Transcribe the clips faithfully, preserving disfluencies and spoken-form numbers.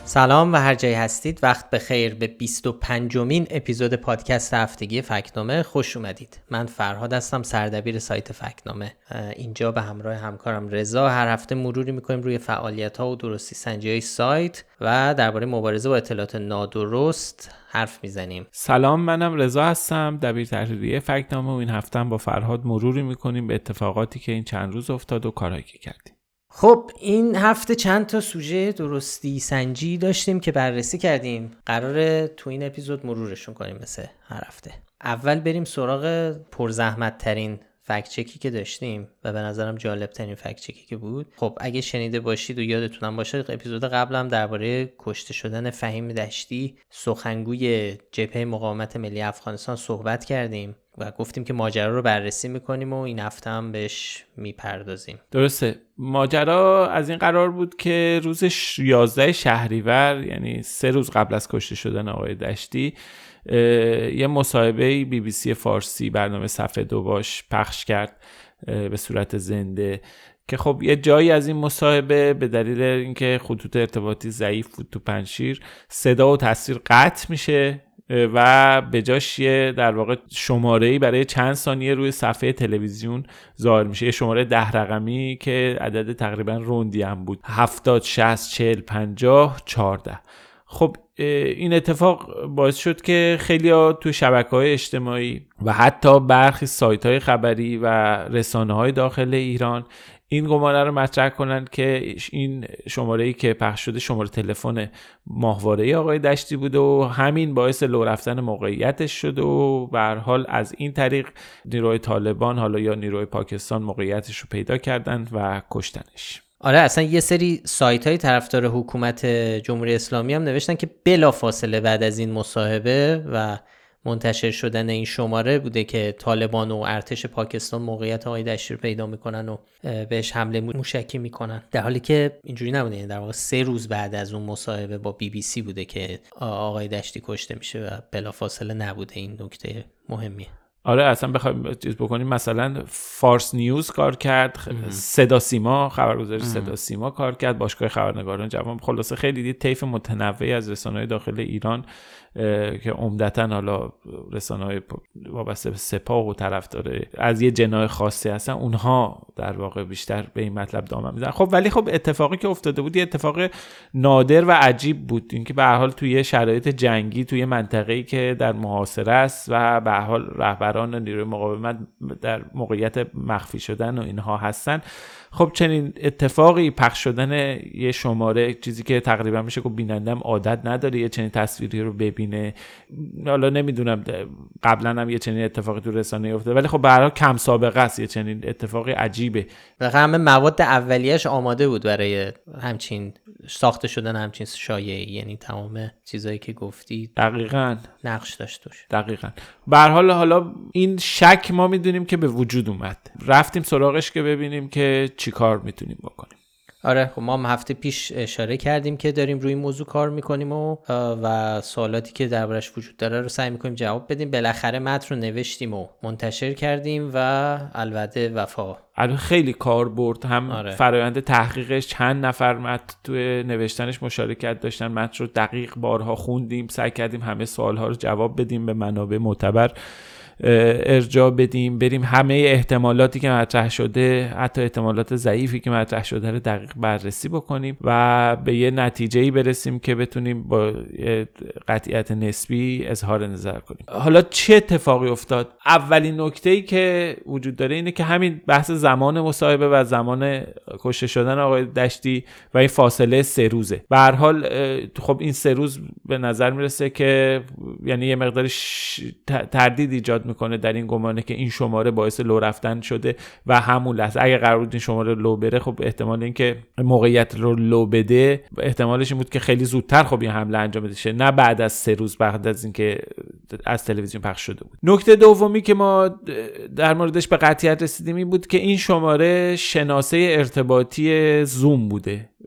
سلام و هر جایی هستید وقت بخیر به بیست و پنجمین اپیزود پادکست هفتگی فکت‌نامه خوش اومدید. من فرهاد هستم، سردبیر سایت فکت‌نامه. اینجا به همراه همکارم رضا هر هفته مروری میکنیم روی فعالیت‌ها و درستی سنجی‌های سایت و درباره مبارزه با اطلاعات نادرست حرف میزنیم. سلام، منم رضا هستم، دبیر تحریریه فکت‌نامه و این هفته هم با فرهاد مروری میکنیم به اتفاقاتی که این چند روز افتاد و کارهایی که کردیم. خب این هفته چند تا سوژه درستی سنجی داشتیم که بررسی کردیم. قراره تو این اپیزود مرورشون کنیم مثل هر هفته. اول بریم سراغ پرزحمت ترین فکت چکی که داشتیم و به نظرم جالب ترین فکت چکی که بود. خب اگه شنیده باشید و یادتونم باشه اپیزود قبلم درباره کشته شدن فهیم دشتی سخنگوی جبهه مقاومت ملی افغانستان صحبت کردیم و گفتیم که ماجرا رو بررسی میکنیم و این هفته هم بهش میپردازیم. درسته. ماجرا از این قرار بود که روز یازده شهریور، یعنی سه روز قبل از کشته شدن آقای دشتی، یه مصاحبه بی بی سی فارسی برنامه صفحه دو باش پخش کرد به صورت زنده که خب یه جایی از این مصاحبه به دلیل اینکه خطوط ارتباطی ضعیف بود تو پنجشیر صدا و تصویر قطع میشه و به جاش یه در واقع شماره‌ای برای چند ثانیه روی صفحه تلویزیون ظاهر میشه، یه شماره ده رقمی که عدد تقریبا روندی هم بود، هفتاد شصت چهل پنجاه چهارده. خب این اتفاق باعث شد که خیلی‌ها تو شبکه‌های اجتماعی و حتی برخی سایت‌های خبری و رسانه‌های داخل ایران این گمانه رو مطرح کنن که این شماره‌ای که پخش شده شماره تلفن ماهواره‌ای آقای دشتی بوده و همین باعث لو رفتن موقعیتش شده و به هر حال از این طریق نیروهای طالبان حالا یا نیروهای پاکستان موقعیتش رو پیدا کردن و کشتنش. آره اصلا یه سری سایت های طرفدار حکومت جمهوری اسلامی هم نوشتن که بلا فاصله بعد از این مصاحبه و منتشر شدن این شماره بوده که طالبان و ارتش پاکستان موقعیت آقای دشتی رو پیدا میکنن و بهش حمله موشکی میکنن، در حالی که اینجوری نبوده. یعنی در واقع سه روز بعد از اون مصاحبه با بی بی سی بوده که آقای دشتی کشته میشه و بلا فاصله نبوده. این نکته مهمیه. آره اصلا بخوایم چیز بکنیم مثلا فارس نیوز کار کرد، صدا سیما خبرگزاری صدا سیما کار کرد، باشگاه خبرنگاران جوان، خلاصه خیلی دید طیف متنوعی از رسانه‌های داخل ایران که عمدتاً حالا رسانه‌های وابسته به سپاه و طرفدار از یه جناح خاصی هستن، اونها در واقع بیشتر به این مطلب دامن میزنن. خب ولی خب اتفاقی که افتاده بود یه اتفاق نادر و عجیب بود، اینکه به هر حال توی شرایط جنگی توی منطقه‌ای که در محاصره است و به هر حال رهبران نیروی مقاومت در موقعیت مخفی شدن و اینها هستن، خب چنین اتفاقی پخش شدن یه شماره، چیزی که تقریبا میشه که بینندم عادت نداره یه چنین تصویری رو ببینه. حالا نمیدونم قبلا هم یه چنین اتفاقی تو رسانه افتاده ولی خب به هر حال کم سابقه است، یه چنین اتفاقی عجیبه. واقعا همه مواد اولیه‌اش آماده بود برای همچین ساخته شدن همچین شایعه، یعنی تمام چیزایی که گفتی دقیقاً نقش داشت توش. دقیقاً. به هر حال حالا این شک ما میدونیم که به وجود اومد، رفتیم سراغش که ببینیم که چی کار میتونیم بکنیم. آره خب ما هم هفته پیش اشاره کردیم که داریم روی این موضوع کار میکنیم و و سوالاتی که دربارش وجود داره رو سعی میکنیم جواب بدیم. بالاخره متن رو نوشتیم و منتشر کردیم و الوعده وفا. البته خیلی کار برد، هم آره. فرآیند تحقیقش چند نفر متن توی نوشتنش مشارکت داشتن، متن رو دقیق بارها خوندیم، سعی کردیم همه سوالها رو جواب بدیم، به منابع معتبر ارجاع بدیم، بریم همه احتمالاتی که مطرح شده، حتی احتمالات ضعیفی که مطرح شده رو دقیق بررسی بکنیم و به یه نتیجه‌ای برسیم که بتونیم با قطعیت نسبی اظهار نظر کنیم. حالا چه اتفاقی افتاد؟ اولین نکته‌ای که وجود داره اینه که همین بحث زمان مصاحبه و زمان کشته شدن آقای دشتی و این فاصله سه روزه. به هر حال خب این سه روز به نظر میرسه که یعنی یه مقدار تردید ایجاد میکنه در این گمانه که این شماره باعث لو رفتن شده و همون لحظه اگه قرار بود این شماره لو بره، خب احتمال این که موقعیت رو لو بده احتمالش این بود که خیلی زودتر خب این حمله انجام بشه، نه بعد از سه روز بعد از اینکه از تلویزیون پخش شده بود. نکته دومی که ما در موردش به قطعیت رسیدیم این بود که این شماره شناسه ارتباطی زوم بوده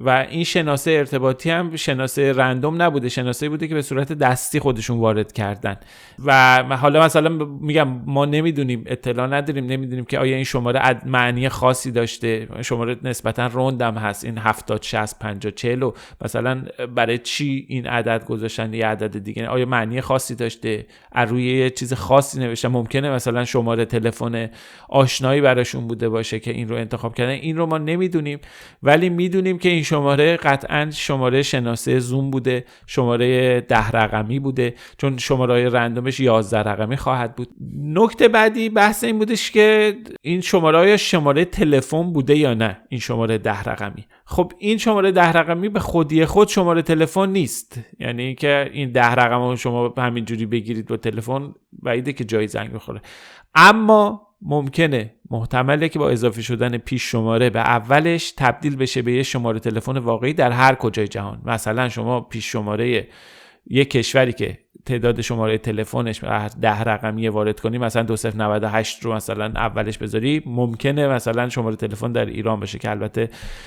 و این شناسه ارتباطی هم شناسه رندوم نبوده، شناسه بوده که به صورت دستی خودشون وارد کردن. و حالا مثلا میگم ما نمیدونیم، اطلاع نداریم، نمیدونیم که آیا این شماره معنی خاصی داشته، شماره نسبتا روندم هست، این هفتاد شصت پنجاه چهل و مثلا برای چی این عدد گذاشتن یه عدد دیگه، آیا معنی خاصی داشته، از روی یه چیز خاصی نوشتن، ممکنه مثلا شماره تلفن آشنایی براشون بوده باشه که این رو انتخاب کردن، این رو ما نمیدونیم. ولی میدونیم که این شماره قطعا شماره شناسه زوم بوده، شماره ده رقمی بوده، چون شماره رندومش یازده رقمی خواهد بود. نکته بعدی بحث این بودش که این شماره های شماره تلفن بوده یا نه، این شماره ده رقمی. خب این شماره ده رقمی به خودی خود شماره تلفن نیست، یعنی که این ده رقم رو شما همینجوری بگیرید با تلفن بعیده که جایی زنگ بخوره. اما ممکنه، محتمله که با اضافه شدن پیش شماره به اولش تبدیل بشه به یه شماره تلفن واقعی در هر کجای جهان. مثلا شما پیش شماره یک کشوری که تعداد شماره تلفنش ده رقمی وارد کنی، مثلا دو صفر نود و هشت رو مثلا اولش بذاری، ممکنه مثلا شماره تلفن در ایران بشه که البته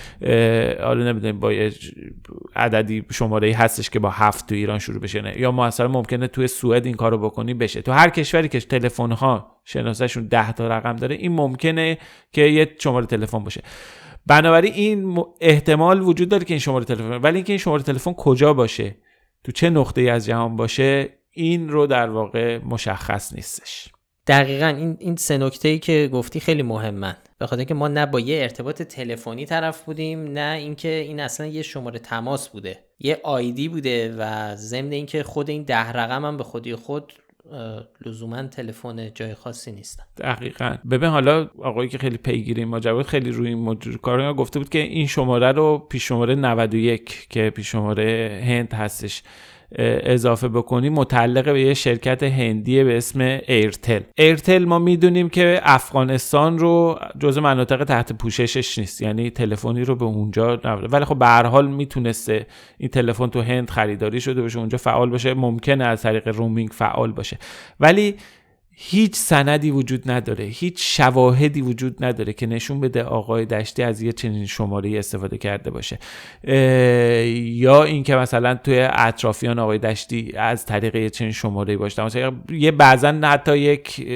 حالا نمیدونم با عددی شماره‌ای هستش که با هفت تو ایران شروع بشه نه، یا مثلا ممکنه توی سوئد این کارو بکنی بشه. تو هر کشوری که تلفن‌ها شناسه‌شون ده تا رقم داره، این ممکنه که یه شماره تلفن باشه. بنابراین این احتمال وجود داره که این شماره تلفن، ولی اینکه این شماره تلفن کجا باشه، تو چه نقطه‌ای از جهان باشه، این رو در واقع مشخص نیستش. دقیقاً این این سه نکته‌ای که گفتی خیلی مهمن، به خاطر که ما نه با یه ارتباط تلفنی طرف بودیم، نه اینکه این اصلا یه شماره تماس بوده، یه آیدی بوده و ضمن اینکه خود این ده رقم هم به خودی خود لزوما تلفن جای خاصی نیستن. دقیقاً. ببین حالا آقایی که خیلی پیگیری ماجرا خیلی روی این موضوع کارا گفته بود که این شماره رو پیش شماره نود و یک که پیش شماره هند هستش اضافه بکنی، متعلق به یه شرکت هندی به اسم ایرتل. ایرتل ما میدونیم که افغانستان رو جزو مناطق تحت پوششش نیست، یعنی تلفنی رو به اونجا نبوده، ولی خب به هر حال میتونسته این تلفن تو هند خریداری شده باشه، اونجا فعال باشه، ممکنه از طریق رومینگ فعال باشه، ولی هیچ سندی وجود نداره، هیچ شواهدی وجود نداره که نشون بده آقای دشتی از یه چنین شماره‌ای استفاده کرده باشه، یا اینکه مثلا توی اطرافیان آقای دشتی از طریق یه چنین شماره‌ای باشه. مثلا یه بعضن حتی یک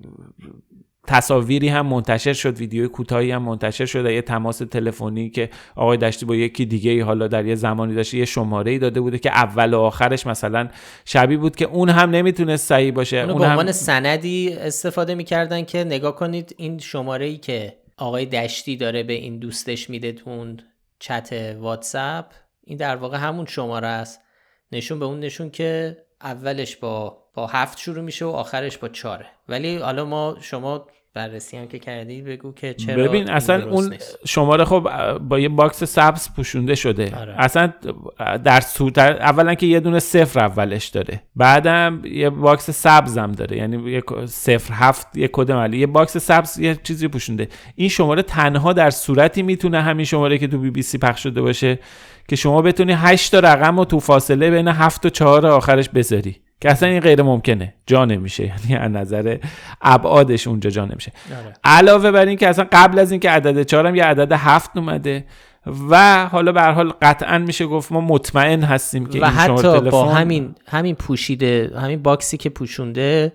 تصاویری هم منتشر شد، ویدیوی کوتاهی هم منتشر شد، یه تماس تلفنی که آقای دشتی با یکی دیگه حالا در یه زمانی داشته، یه شماره‌ای داده بوده که اول و آخرش مثلا شبیه بود، که اون هم نمیتونست صحیح باشه. اون به عنوان سندی استفاده میکردن که نگاه کنید این شماره‌ای که آقای دشتی داره به این دوستش میده تو اون چت واتساپ، این در واقع همون شماره است، نشون به اون نشون که اولش با با هفت شروع میشه و آخرش با چاره. ولی حالا ما شما بررسی هم که کردی بگو که چرا. ببین اصلا اون نیست. شماره خب با یه باکس سبز پوشونده شده. آره. اصلا در صورت اولا که یه دونه صفر اولش داره، بعدم یه باکس سبز هم داره، یعنی یه صفر هفت یه کد ملی، یه باکس سبز یه چیزی پوشونده. این شماره تنها در صورتی میتونه همین شماره که تو بی بی سی پخش شده باشه که شما بتونی هشت تا رقم رو تو فاصله بین هفت و چهار آخرش بذاری، که اصلا این غیر ممکنه، جا نمیشه، یعنی از نظر ابعادش اونجا جا نمیشه. آره. علاوه بر این که اصلا قبل از این که عدد چهار هم یه عدد هفت اومده و حالا به هر حال قطعا میشه گفت ما مطمئن هستیم که و این شماره حتی تلفن با همین همین پوشیده، همین باکسی که پوشونده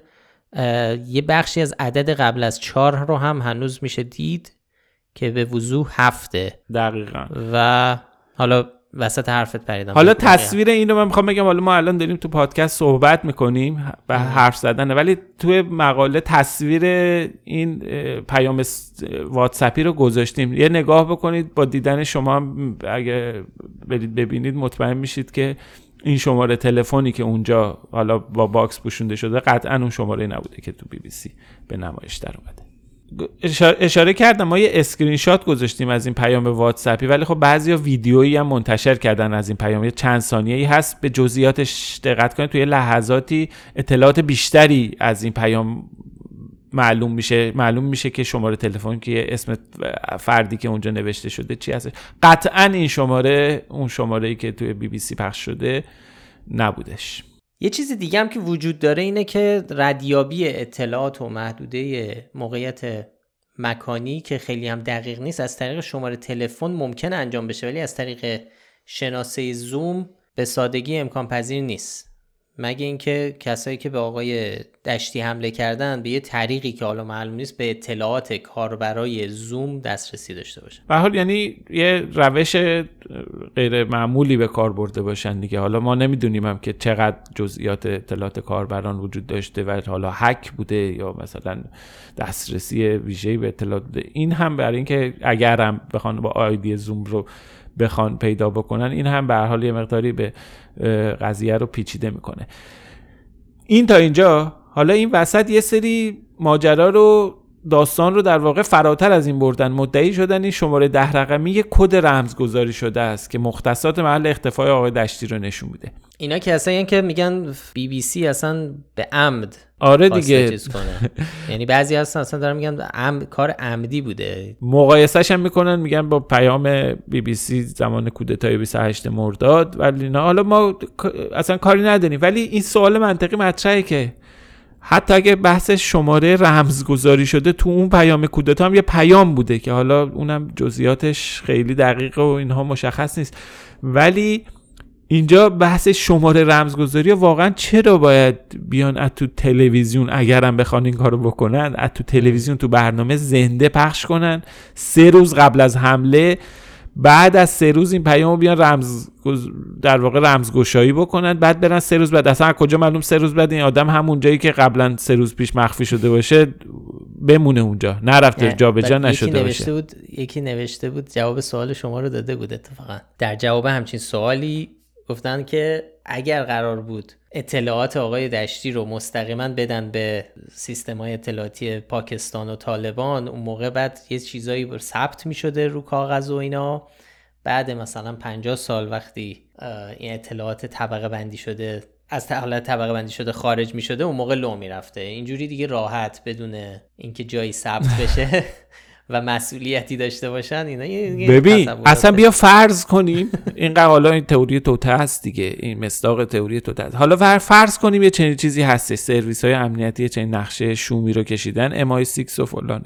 یه بخشی از عدد قبل از چهار رو هم هنوز میشه دید که به وضوح هفته. دقیقاً. و حالا وسط حرفت پریدم. حالا تصویر این رو من میخوام بگم، حالا ما الان داریم تو پادکست صحبت میکنیم و حرف زدنه، ولی توی مقاله تصویر این پیام واتساپی رو گذاشتیم، یه نگاه بکنید، با دیدن شما اگه برید ببینید مطمئن میشید که این شماره تلفنی که اونجا حالا با باکس پوشونده شده قطعا اون شماره نبوده که تو بی بی سی به نمایش در اومده. اشاره کردم ما یه اسکرین شات گذاشتیم از این پیام واتساپی، ولی خب بعضیا ویدیویی هم منتشر کردن از این پیام، یه چند ثانیه‌ای هست، به جزئیاتش دقت کنید، توی لحظاتی اطلاعات بیشتری از این پیام معلوم میشه معلوم میشه که شماره تلفن که اسم فردی که اونجا نوشته شده چی هست. قطعا این شماره اون شماره‌ای که توی بی بی سی پخش شده نبودش. یه چیز دیگه هم که وجود داره اینه که ردیابی اطلاعات و محدوده موقعیت مکانی که خیلی هم دقیق نیست از طریق شماره تلفن ممکن انجام بشه، ولی از طریق شناسه زوم به سادگی امکان پذیر نیست، مگه اینکه کسایی که به آقای دشتی حمله کردن به یه طریقی که حالا معلوم نیست به اطلاعات کاربرای زوم دسترسی داشته باشن. به هر حال یعنی یه روش غیر معمولی به کار برده باشن دیگه. حالا ما نمیدونیم هم که چقدر جزئیات اطلاعات کاربران وجود داشته و حالا هک بوده یا مثلا دسترسی ویژه‌ای به اطلاعات بوده. این هم برای اینکه اگر هم بخوان با آیدی زوم رو بخوان پیدا بکنن، این هم به هر حال یه مقداری به قضیه رو پیچیده میکنه. این تا اینجا. حالا این وسط یه سری ماجرا رو، داستان رو در واقع فراتر از این بردن. مدعی شدن این شماره ده رقمی یک کد رمزگذاری شده است که مختصات محل اختفای آقای دشتی رو نشون میده. اینا که اصلا یعنی که میگن بی بی سی اصلا به عمد آره دیگه یعنی بعضی هستن اصلا دارن میگن عمد، کار عمدی بوده. مقایسهش هم میکنن میگن با پیام بی بی سی زمان کودتای بیست و هشتم مرداد. ولی نه، حالا ما اصلا کاری نداریم، ولی این سوال منطقی مطرحه که حتی اگه بحث شماره رمزگذاری شده، تو اون پیام کودتا هم یه پیام بوده که حالا اونم جزئیاتش خیلی دقیقه و اینها مشخص نیست، ولی اینجا بحث شماره رمزگذاری واقعا چرا باید بیان از تو تلویزیون، اگرم بخوان این کارو بکنن، از تو تلویزیون تو برنامه زنده پخش کنن سه روز قبل از حمله، بعد از سه روز این پیامو بیان رمز در واقع رمزگشایی بکنن، بعد برن سه روز بعد، اصلا کجا معلوم سه روز بعد این آدم همون جایی که قبلا سه روز پیش مخفی شده باشه بمونه اونجا، نرفته جابجا نشده یکی باشه. نوشته بود یکی نوشته بود جواب سوال شما رو داده بود. اتفاقا در جواب همچین سوالی گفتن که اگر قرار بود اطلاعات آقای دشتی رو مستقیما بدن به سیستم‌های اطلاعاتی پاکستان و طالبان، اون موقع بعد یه چیزایی ثبت می‌شده رو کاغذ و اینا، بعد مثلا پنجاه سال وقتی این اطلاعات طبقه بندی شده از حالت طبقه بندی شده خارج می‌شده، اون موقع لو می‌رفته. اینجوری دیگه راحت بدون اینکه جایی ثبت بشه و مسئولیتی داشته باشن اینا. ببین اصلا بیا فرض کنیم این حالا این تئوری توته هست دیگه، این مصداق تئوری توته هست. حالا فرض کنیم یه چنین چیزی هست، سرویس های امنیتی چنین نقشه شومی رو کشیدن، ام آی سیکس و فلانه.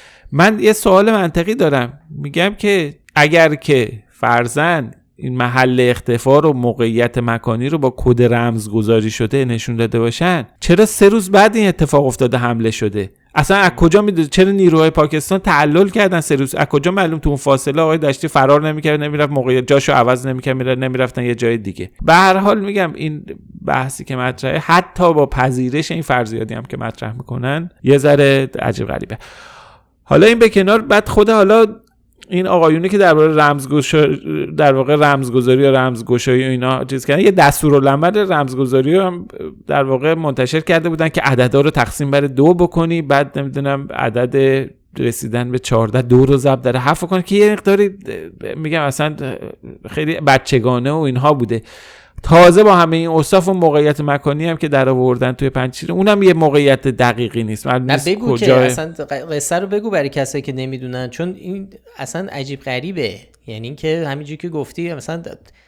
من یه سوال منطقی دارم، میگم که اگر که فرضاً این محل اختفا رو، موقعیت مکانی رو با کد رمزگذاری شده نشون داده باشن، چرا سه روز بعد این اتفاق افتاده حمله شده؟ اصلا از کجا میدونی؟ چرا نیروهای پاکستان تعلل کردن سه روز؟ از کجا معلوم تو اون فاصله آقای دشتی فرار نمیکرد، نمیرفت موقعیت جاشو عوض نمیکرد، میره نمیرفتن یه جای دیگه؟ به هر حال میگم این بحثی که مطرحه، حتی با پذیرش این فرضیاتی هم که مطرح میکنن، یه ذره عجیب غریبه. حالا این به کنار، بعد خود حالا این آقایونه که درباره رمزگشایی در واقع رمزگذاری و رمزگشایی و اینا چیز کردن، یه دستورالعمل رمزگذاری رو هم در واقع منتشر کرده بودن که عددا رو تقسیم بر دو بکنی، بعد نمیدونم عدد رسیدن به چهارده دو رو ضرب در هفت کنی، که یه مقداری میگم اصلا خیلی بچگانه و اینها بوده. تازه با همه این اوصاف و موقعیت مکانی هم که در آوردن توی پنجشیر، اونم یه موقعیت دقیقی نیست. نه بگو که اصلا قصه رو بگو برای کسایی که نمیدونن، چون این اصلا عجیب غریبه. یعنی این که همینجوری که گفتی مثلا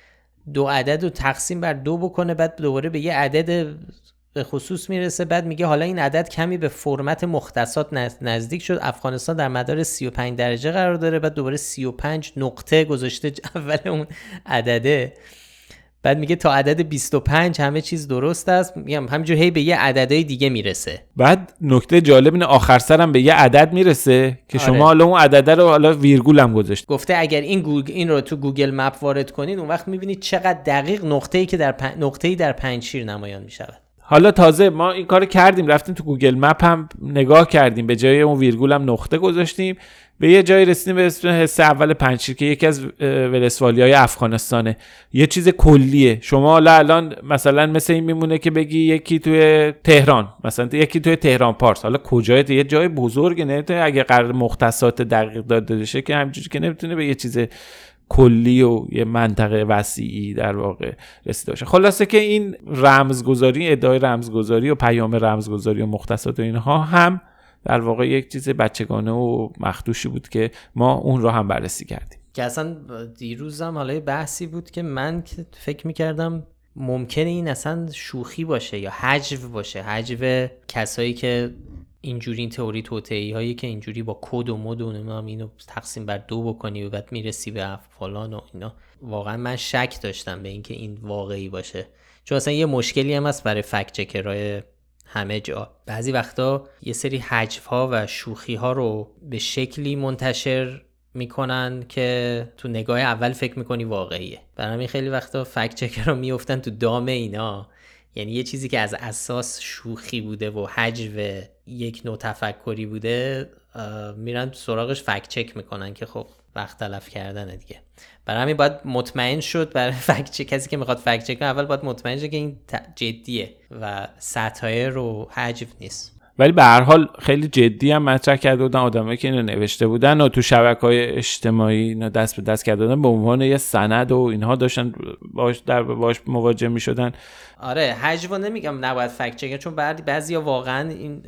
دو عدد رو تقسیم بر دو بکنه، بعد دوباره به یه عدد به خصوص میرسه، بعد میگه حالا این عدد کمی به فرمت مختصات نزدیک شد، افغانستان در مدار سی و پنج درجه قرار داره، بعد دوباره سی و پنج نقطه گذاشته اول اون عدده، بعد میگه تا عدد بیست و پنج همه چیز درست است. میگم همینجور هی به یه عددهای دیگه میرسه. بعد نکته جالب اینه آخر سرم به یه عدد میرسه که آره. شما حالا اون عدد رو حالا ویرگول هم گذاشت. گفته اگر این گوگل این رو تو گوگل مپ وارد کنید، اون وقت میبینید چقدر دقیق نقطه‌ای که در پن... نقطه‌ای در پنجشیر نمایان میشود. حالا تازه ما این کارو کردیم، رفتیم تو گوگل مپ هم نگاه کردیم، به جای اون ویرگول هم نقطه گذاشتیم، به یه جایی رسیدیم به اسم حصه اول پنجشیر که یکی از ولسوالی‌های افغانستانه. یه چیز کلیه. شما حالا الان مثلا مثل این میمونه که بگی یکی توی تهران، مثلا یکی توی تهران پارس، حالا کجای یه جای بزرگه، نه اگه قرار مختصات دقیق داده بشه که همینجوری که نمیتونه به یه چیز کلی و یه منطقه وسیعی در واقع رسیده باشه. خلاصه که این رمزگذاری، ادعای رمزگذاری و پیام رمزگذاری و مختصات و اینها هم در واقع یک چیز بچگانه و مخدوشی بود که ما اون رو هم بررسی کردیم. که اصلا دیروزم حالا بحثی بود که من فکر میکردم ممکنه این اصلا شوخی باشه یا حجو باشه، حجو کسایی که اینجوری این تئوری توطئه‌ای هایی که اینجوری با کد و مد و نمیدونم اینو تقسیم بر دو بکنی و بعد میرسی به فلان و اینا، واقعا من شک داشتم به اینکه این واقعی باشه. چون اصلا یه مشکلی هم هست برای فکت چکرهای همه جا، بعضی وقتا یه سری حجف‌ها و شوخی‌ها رو به شکلی منتشر میکنن که تو نگاه اول فکر میکنی واقعیه. برای همین خیلی وقتا فکت چکرها میافتن تو دام اینا، یعنی یه چیزی که از اساس شوخی بوده و حجو یک نوع تفکری بوده میرن سراغش فکت چک میکنن که خب وقت تلف کردنه دیگه. برای همین باید مطمئن شد برای فکت چک، کسی که میخواد فکت چک کنه اول باید مطمئن شه که این جدیه و ساتایر و حجو نیست. ولی به هر حال خیلی جدی هم مطرح کرده بودن آدمایی که اینو نوشته بودن و تو شبکه‌های اجتماعی اینا دست به دست کرده بودن به عنوان یه سند و اینها داشتن باش در باش مواجه می‌شدن. آره حجو نمیگم نباید فکت چک، چون بعد بعضیا واقعا این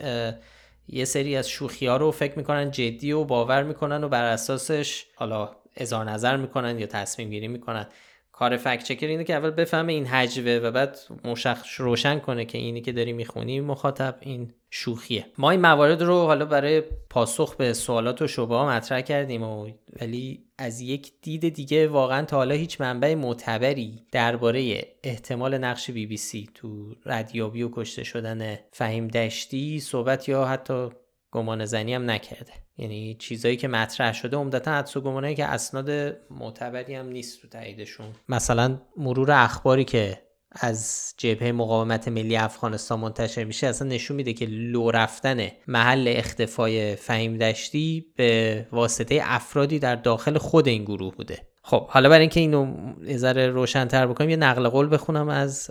یه سری از شوخی‌ها رو فکر میکنن جدی و باور میکنن و بر اساسش حالا اظهار نظر میکنن یا تصمیم گیری میکنن. کار فکت چکر اینه که اول بفهمه این حجوه و بعد مشخص روشن کنه که اینی که داری میخونی مخاطب این شوخیه. ما این موارد رو حالا برای پاسخ به سوالات و شبهه‌ها مطرح کردیم و ولی از یک دید دیگه واقعا تا حالا هیچ منبع معتبری درباره احتمال نقش بی بی سی تو ردیابی و کشته شدن فهیم دشتی صحبت یا حتی گمان زنی هم نکرده. یعنی چیزایی که مطرح شده عمدتاً حدس و گمانایی که اسناد معتبری هم نیست تو تاییدشون. مثلا مرور اخباری که از جبهه مقاومت ملی افغانستان منتشر میشه اصلا نشون میده که لو رفتن محل اختفای فهیم دشتی به واسطه افرادی در داخل خود این گروه بوده. خب حالا برای اینکه اینو یه ذره روشن‌تر بکنیم یه نقل قول بخونم از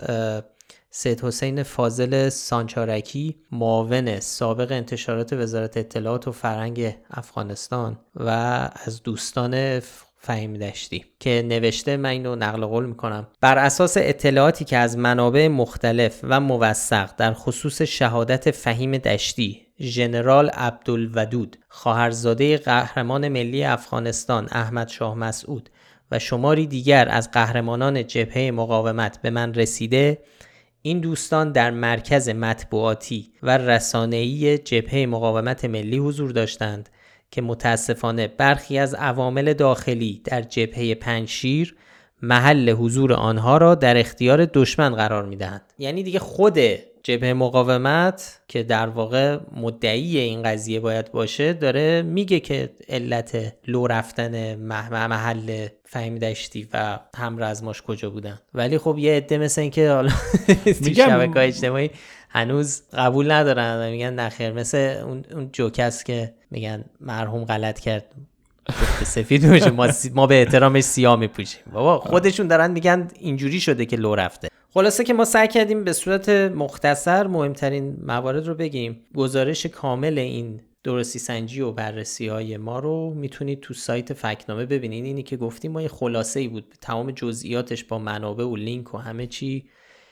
سید حسین فاضل سانچارکی، معاون سابق انتشارات وزارت اطلاعات و فرهنگ افغانستان و از دوستان فهیم دشتی که نوشته. من اینو نقل قول میکنم: بر اساس اطلاعاتی که از منابع مختلف و موثق در خصوص شهادت فهیم دشتی، ژنرال عبدالودود خواهرزاده قهرمان ملی افغانستان احمد شاه مسعود و شماری دیگر از قهرمانان جبهه مقاومت به من رسیده، این دوستان در مرکز مطبوعاتی و رسانه‌ای جبهه مقاومت ملی حضور داشتند که متاسفانه برخی از عوامل داخلی در جبهه پنجشیر محل حضور آنها را در اختیار دشمن قرار می‌دهند. یعنی دیگه خود جبهه مقاومت که در واقع مدعی این قضیه باید باشه داره میگه که علت لو رفتن محل فهیم دشتی و همرزماش کجا بودن. ولی خب یه عده مثل این که حالا تو شبکه‌های اجتماعی هنوز قبول ندارن، میگن نخیر، مثل اون اون جوکس که میگن مرحوم غلط کرد به سفید میشه، ما, سی... ما به احترامش سیاه میپوشیم. بابا خودشون دارن میگن اینجوری شده که لو رفته. خلاصه که ما سعی کردیم به صورت مختصر مهمترین موارد رو بگیم. گزارش کامل این درستی سنجی و بررسی های ما رو میتونید تو سایت فکتنامه ببینید. اینی که گفتیم ما یه خلاصه ای بود، تمام جزئیاتش با منابع و لینک و همه چی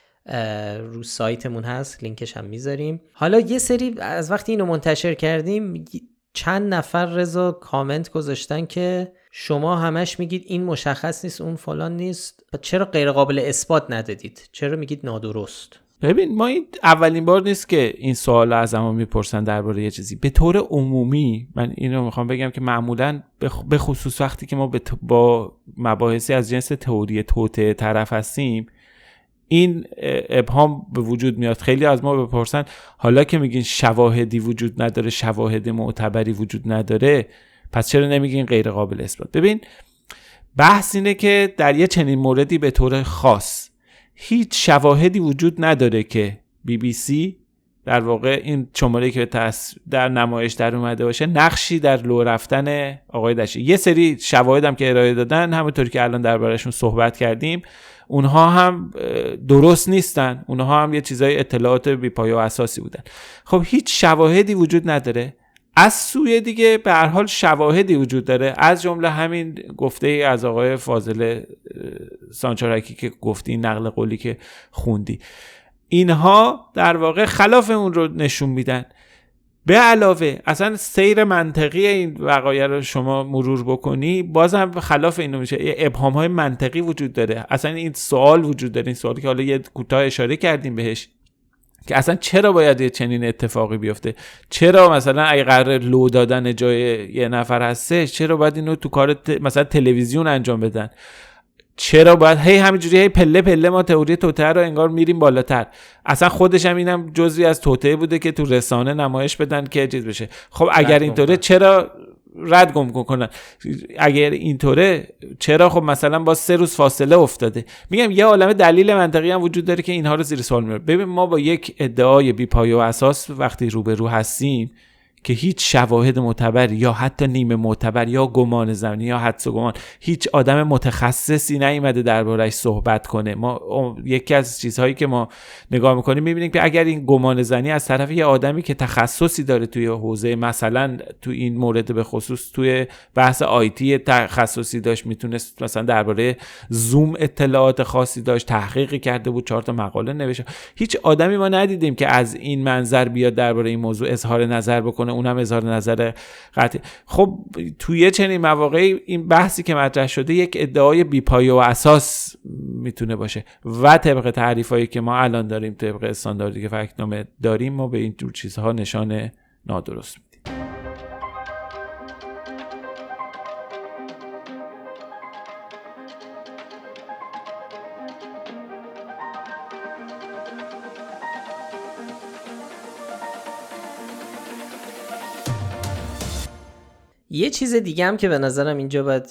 رو سایتمون هست، لینکش هم میذاریم. حالا یه سری از وقتی اینو منتشر کردیم چند نفر رضا کامنت گذاشتن که شما همش میگید این مشخص نیست اون فلان نیست، چرا غیر قابل اثبات ندادید؟ چرا میگید نادرست؟ ببین ما این اولین بار نیست که این سوال از ما میپرسن درباره یه چیزی. به طور عمومی من اینو میخوام بگم که معمولاً به خصوص وقتی که ما با مباحثی از جنس تئوری توطئه طرف هستیم این ابهام به وجود میاد. خیلی از ما بپرسن حالا که میگین شواهدی وجود نداره، شواهد معتبری وجود نداره، پس چرا نمیگین غیر قابل اثبات؟ ببین بحث اینه که در یه چنین موردی به طور خاص هیچ شواهدی وجود نداره که بی بی سی در واقع این شماره که در نمایش در اومده باشه نقشی در لو رفتن آقای دشتی. یه سری شواهد هم که ارائه دادن همونطوری که الان درباره‌شون صحبت کردیم اونها هم درست نیستن، اونها هم یه چیزای اطلاعات بی‌پایه و اساسی بودن. خب هیچ شواهدی وجود نداره. از سوی دیگه به هر حال شواهدی وجود داره، از جمله همین گفته ای از آقای فاضل سانچارکی که گفتی، نقل قولی که خوندی، اینها در واقع خلاف اون رو نشون میدن. به علاوه اصلا سیر منطقی این وقایع رو شما مرور بکنی بازم خلاف اینو میشه. ابهام های منطقی وجود داره، اصلا این سوال وجود داره، این سوالی که حالا یه کوتاه اشاره کردیم بهش، که اصلا چرا باید یه چنین اتفاقی بیفته، چرا مثلا اگه قرار لو دادن جای یه نفر هستش چرا باید اینو تو کار ت... مثلا تلویزیون انجام بدن، چرا باید هی همینجوری هی پله پله ما تئوری توطئه رو انگار میریم بالاتر. اصلا خودش هم اینم جزئی از توطئه بوده که تو رسانه نمایش بدن که چیز بشه. خب اگر اینطوره چرا رد گم کنن؟ اگر اینطوره چرا خب مثلا با سه روز فاصله افتاده؟ میگم یه عالمه دلیل منطقی هم وجود داره که اینها رو زیر سوال میبره. ببین ما با یک ادعای بی پایه و اساس وقتی روبرو هستیم که هیچ شواهد معتبر یا حتی نیمه معتبر یا گمان زنی یا حدس و گمان، هیچ آدم متخصصی نیامده درباره‌اش صحبت کنه. ما یکی از چیزهایی که ما نگاه میکنیم میبینیم که اگر این گمان زنی از طرف یه آدمی که تخصصی داره توی حوزه، مثلا تو این مورد به خصوص توی بحث آیتی تخصصی داشت، میتونست مثلا درباره زوم اطلاعات خاصی داشت، تحقیقی کرده بود، چهار تا مقاله نوشته، هیچ آدمی ما ندیدیم که از این منظر بیاد درباره این موضوع اظهار نظر بکنه، اونم اظهار نظر قطعی. خب توی چنین مواقعی این بحثی که مطرح شده یک ادعای بی‌پایه و اساس میتونه باشه و طبق تعریفایی که ما الان داریم، طبق استانداردی که فکت‌نامه داریم، ما به این جور چیزها نشان نادرست میدیم. یه چیز دیگه هم که به نظرم اینجا باید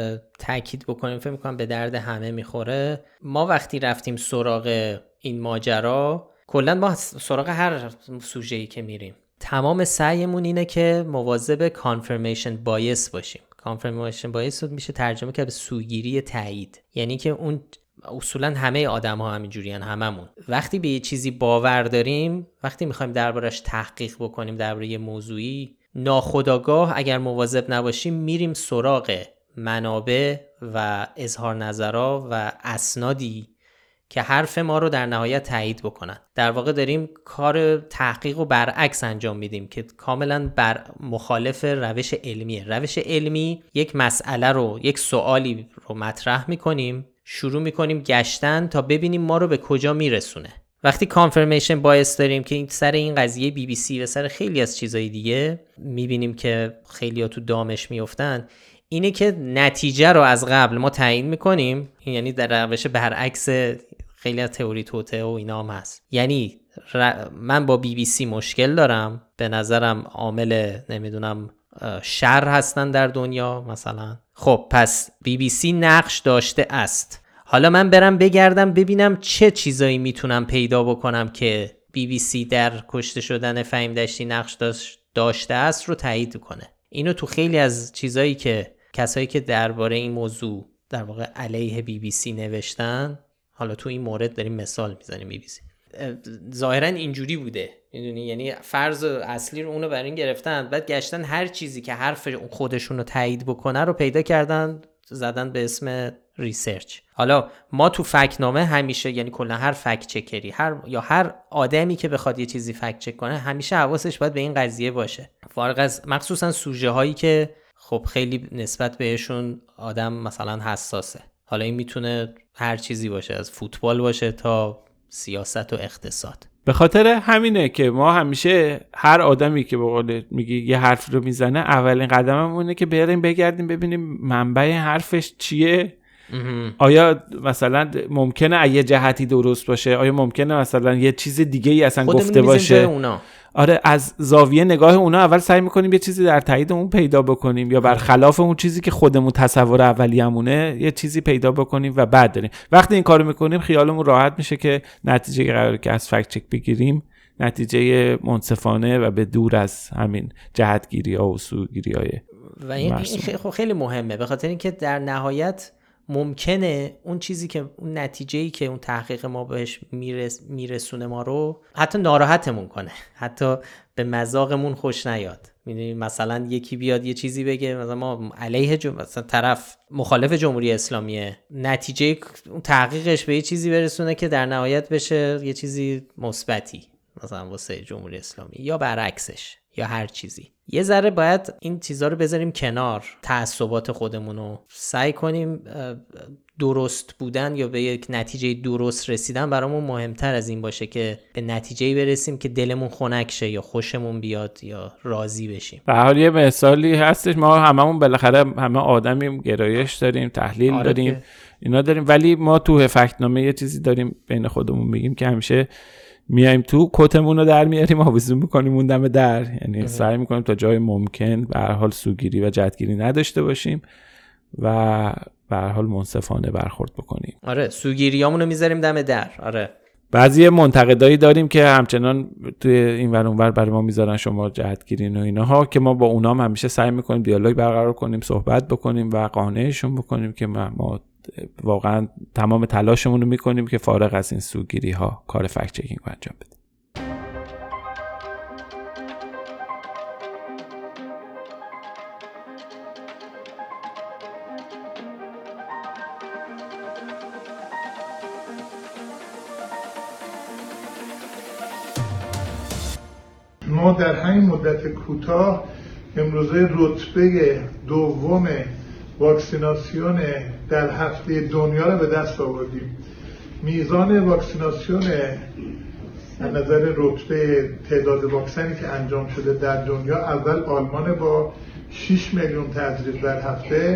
تاکید بکنیم، فکر می‌کنم به درد همه میخوره، ما وقتی رفتیم سراغ این ماجرا، کلا ما سراغ هر سوژه‌ای که میریم تمام سعیمون اینه که مواظب کانفرمیشن بایس باشیم. کانفرمیشن بایس میشه ترجمه کرد به سوگیری تایید، یعنی که اون اصولا همه آدم ها همینجوریان، هممون وقتی به یه چیزی باور داریم، وقتی میخوایم دربارش تحقیق بکنیم درباره یه موضوعی، ناخودآگاه اگر مواظب نباشیم میریم سراغ منابع و اظهار نظرها و اسنادی که حرف ما رو در نهایت تایید بکنن. در واقع داریم کار تحقیق رو برعکس انجام میدیم که کاملا بر مخالف روش علمیه. روش علمی یک مسئله رو، یک سوالی رو مطرح میکنیم، شروع میکنیم گشتن تا ببینیم ما رو به کجا میرسونه. وقتی کانفرمیشن بایس داریم که این سر این قضیه بی بی سی و سر خیلی از چیزهای دیگه میبینیم که خیلی ها تو دامش میفتن، اینه که نتیجه رو از قبل ما تعیین میکنیم. یعنی در روش برعکس خیلی از تئوری توطئه و اینا هم هست. یعنی من با بی بی سی مشکل دارم، به نظرم عامل نمیدونم شر هستن در دنیا مثلا، خب پس بی بی سی نقش داشته است. حالا من برم بگردم ببینم چه چیزایی میتونم پیدا بکنم که بی بی سی در کشته شدن فهیم دشتی نقش داشته است رو تایید کنه. اینو تو خیلی از چیزایی که کسایی که درباره این موضوع در واقع علیه بی بی سی نوشتن، حالا تو این مورد داریم مثال میزنیم بی بی سی، ظاهرا اینجوری بوده، میدونی، یعنی فرض اصلی رو اونو بر این گرفتن، بعد گشتن هر چیزی که حرف خودشون رو تایید بکنه رو پیدا کردن، زدن به اسم ریسرچ. حالا ما تو فکت‌نامه همیشه، یعنی کلا هر فکت چکری، هر یا هر آدمی که بخواد یه چیزی فکت چک کنه، همیشه حواسش باید به این قضیه باشه، فارغ از مخصوصا سوژه هایی که خب خیلی نسبت بهشون آدم مثلا حساسه. حالا این میتونه هر چیزی باشه، از فوتبال باشه تا سیاست و اقتصاد. به خاطر همینه که ما همیشه هر آدمی که به قول میگی یه حرف رو میزنه، اولین قدممونه که بریم بگردیم ببینیم منبع حرفش چیه. آیا مثلا ممکنه یه جهتی درست باشه، آیا ممکنه مثلا یه چیز دیگه ای اصلا گفته باشه. آره، از زاویه نگاه اونا اول سعی میکنیم یه چیزی در تایید اون پیدا بکنیم، یا برخلاف اون چیزی که خودمون تصور اولیه‌مونه یه چیزی پیدا بکنیم و بعد داریم. وقتی این کارو میکنیم خیالمون راحت میشه که نتیجه که قراره که از فکت چک بگیریم نتیجه منصفانه و به دور از همین جهتگیری ها و سوگیری های و این خیلی مهمه، به خاطر اینکه در نهایت ممکنه اون چیزی که اون نتیجه‌ای که اون تحقیق ما بهش میرس میرسونه ما رو حتی ناراحتمون کنه، حتی به مذاقمون خوش نیاد. میدونی مثلا یکی بیاد یه چیزی بگه مثلا ما علیه جم... مثلا طرف مخالف جمهوری اسلامیه، نتیجه اون تحقیقش به یه چیزی برسونه که در نهایت بشه یه چیزی مثبتی مثلا واسه جمهوری اسلامی، یا برعکسش، یا هر چیزی. یه ذره باید این چیزا رو بذاریم کنار، تعصبات خودمون رو سعی کنیم درست بودن یا به یک نتیجه درست رسیدن برامون مهمتر از این باشه که به نتیجه‌ای برسیم که دلمون خنک شه یا خوشمون بیاد یا راضی بشیم. به حال یه مثالی هستش، ما هممون بالاخره همه آدمیم، گرایش داریم، تحلیل آره داریم که... اینا داریم، ولی ما تو افکتنامه یه چیزی داریم بین خودمون میگیم که همیشه میایم تو کتمون رو در میاریم آویزون میکنیم اون دم در، یعنی سعی میکنیم تا جای ممکن به هر حال سوگیری و جدگیری نداشته باشیم و به هر حال منصفانه برخورد بکنیم. آره سوگیریامونو میذاریم دم در. آره بعضی منتقدایی داریم که همچنان توی این ور اون ور برای ما میذارن شما جهتگیرین و اینها، که ما با اونام همیشه سعی میکنیم دیالوگ برقرار کنیم، صحبت بکنیم و قانعشون بکنیم که ما, ما واقعا تمام تلاشمون رو میکنیم که فارغ از این سوگیری ها کار فکت چکینگ رو انجام بدیم. ما در همین مدت کوتاه امروزه رتبه دوم واکسیناسیون در هفته دنیا رو به دست آوردیم. میزان واکسیناسیون از نظر رتبه تعداد واکسنی که انجام شده در دنیا، اول آلمان با شش میلیون تزریق در هفته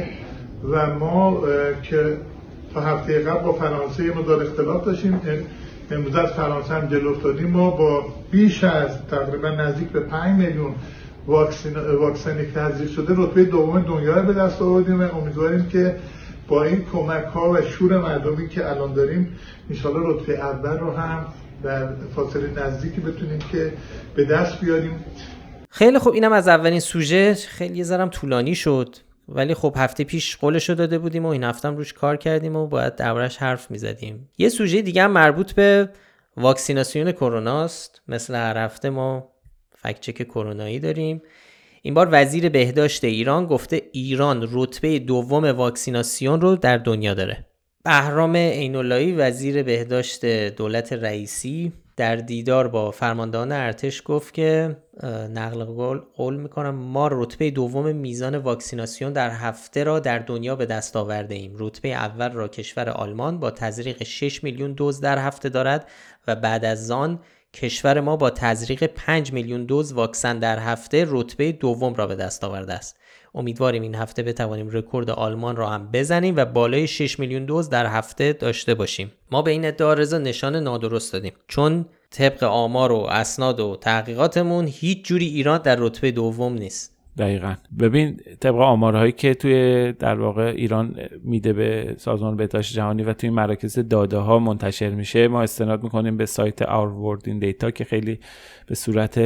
و ما که تا هفته قبل با فرانسه مدار اختلاف داشتیم، امروز از فرانسه هم جلو افتادیم. ما با بیش از تقریبا نزدیک به پنج میلیون واکسن واکسنی تزریق شده رتبه دوم دنیا رو به دست آوردیم و امیدواریم که با این کمک ها و شور مردمی که الان داریم ان شاءالله رتبه اول رو هم در فاصله نزدیکی بتونیم که به دست بیاریم. خیلی خوب، اینم از اولین سوژه. خیلی یه ذرم طولانی شد ولی خب هفته پیش قولشو داده بودیم و این هفته هم روش کار کردیم و باید دربارش حرف میزدیم. یه سوژه دیگه هم مربوط به واکسیناسیون کروناست. مثل هر هفته ما فکت چک کرونایی داریم. این بار وزیر بهداشت ایران گفته ایران رتبه دوم واکسیناسیون رو در دنیا داره. بهرام عین‌اللهی وزیر بهداشت دولت رئیسی در دیدار با فرماندهان ارتش گفت که نقل قول قول میکنم ما رتبه دوم میزان واکسیناسیون در هفته را در دنیا به دست آورده ایم. رتبه اول را کشور آلمان با تزریق شش میلیون دوز در هفته دارد و بعد از آن کشور ما با تزریق پنج میلیون دوز واکسن در هفته رتبه دوم را به دست آورده است. امیدواریم این هفته بتوانیم رکورد آلمان را هم بزنیم و بالای شش میلیون دوز در هفته داشته باشیم. ما به این ادعا رضا نشان نادرست دادیم، چون طبق آمار و اسناد و تحقیقاتمون هیچ جوری ایران در رتبه دوم نیست. دقیقاً. ببین طبق آمارهایی که توی در واقع ایران میده به سازمان بهداشت جهانی و توی مراکز داده ها منتشر میشه، ما استناد میکنیم به سایت Our World in Data که خیلی به صورت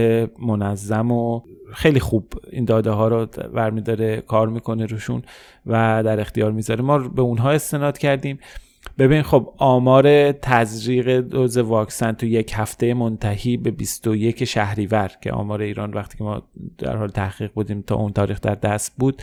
منظم و خیلی خوب این داده ها رو برمی‌داره، کار میکنه روشون و در اختیار میذاره. ما به اونها استناد کردیم. ببین خب آمار تزریق دوز واکسن تو یک هفته منتهی به بیست و یک شهریور که آمار ایران وقتی که ما در حال تحقیق بودیم تا اون تاریخ در دست بود،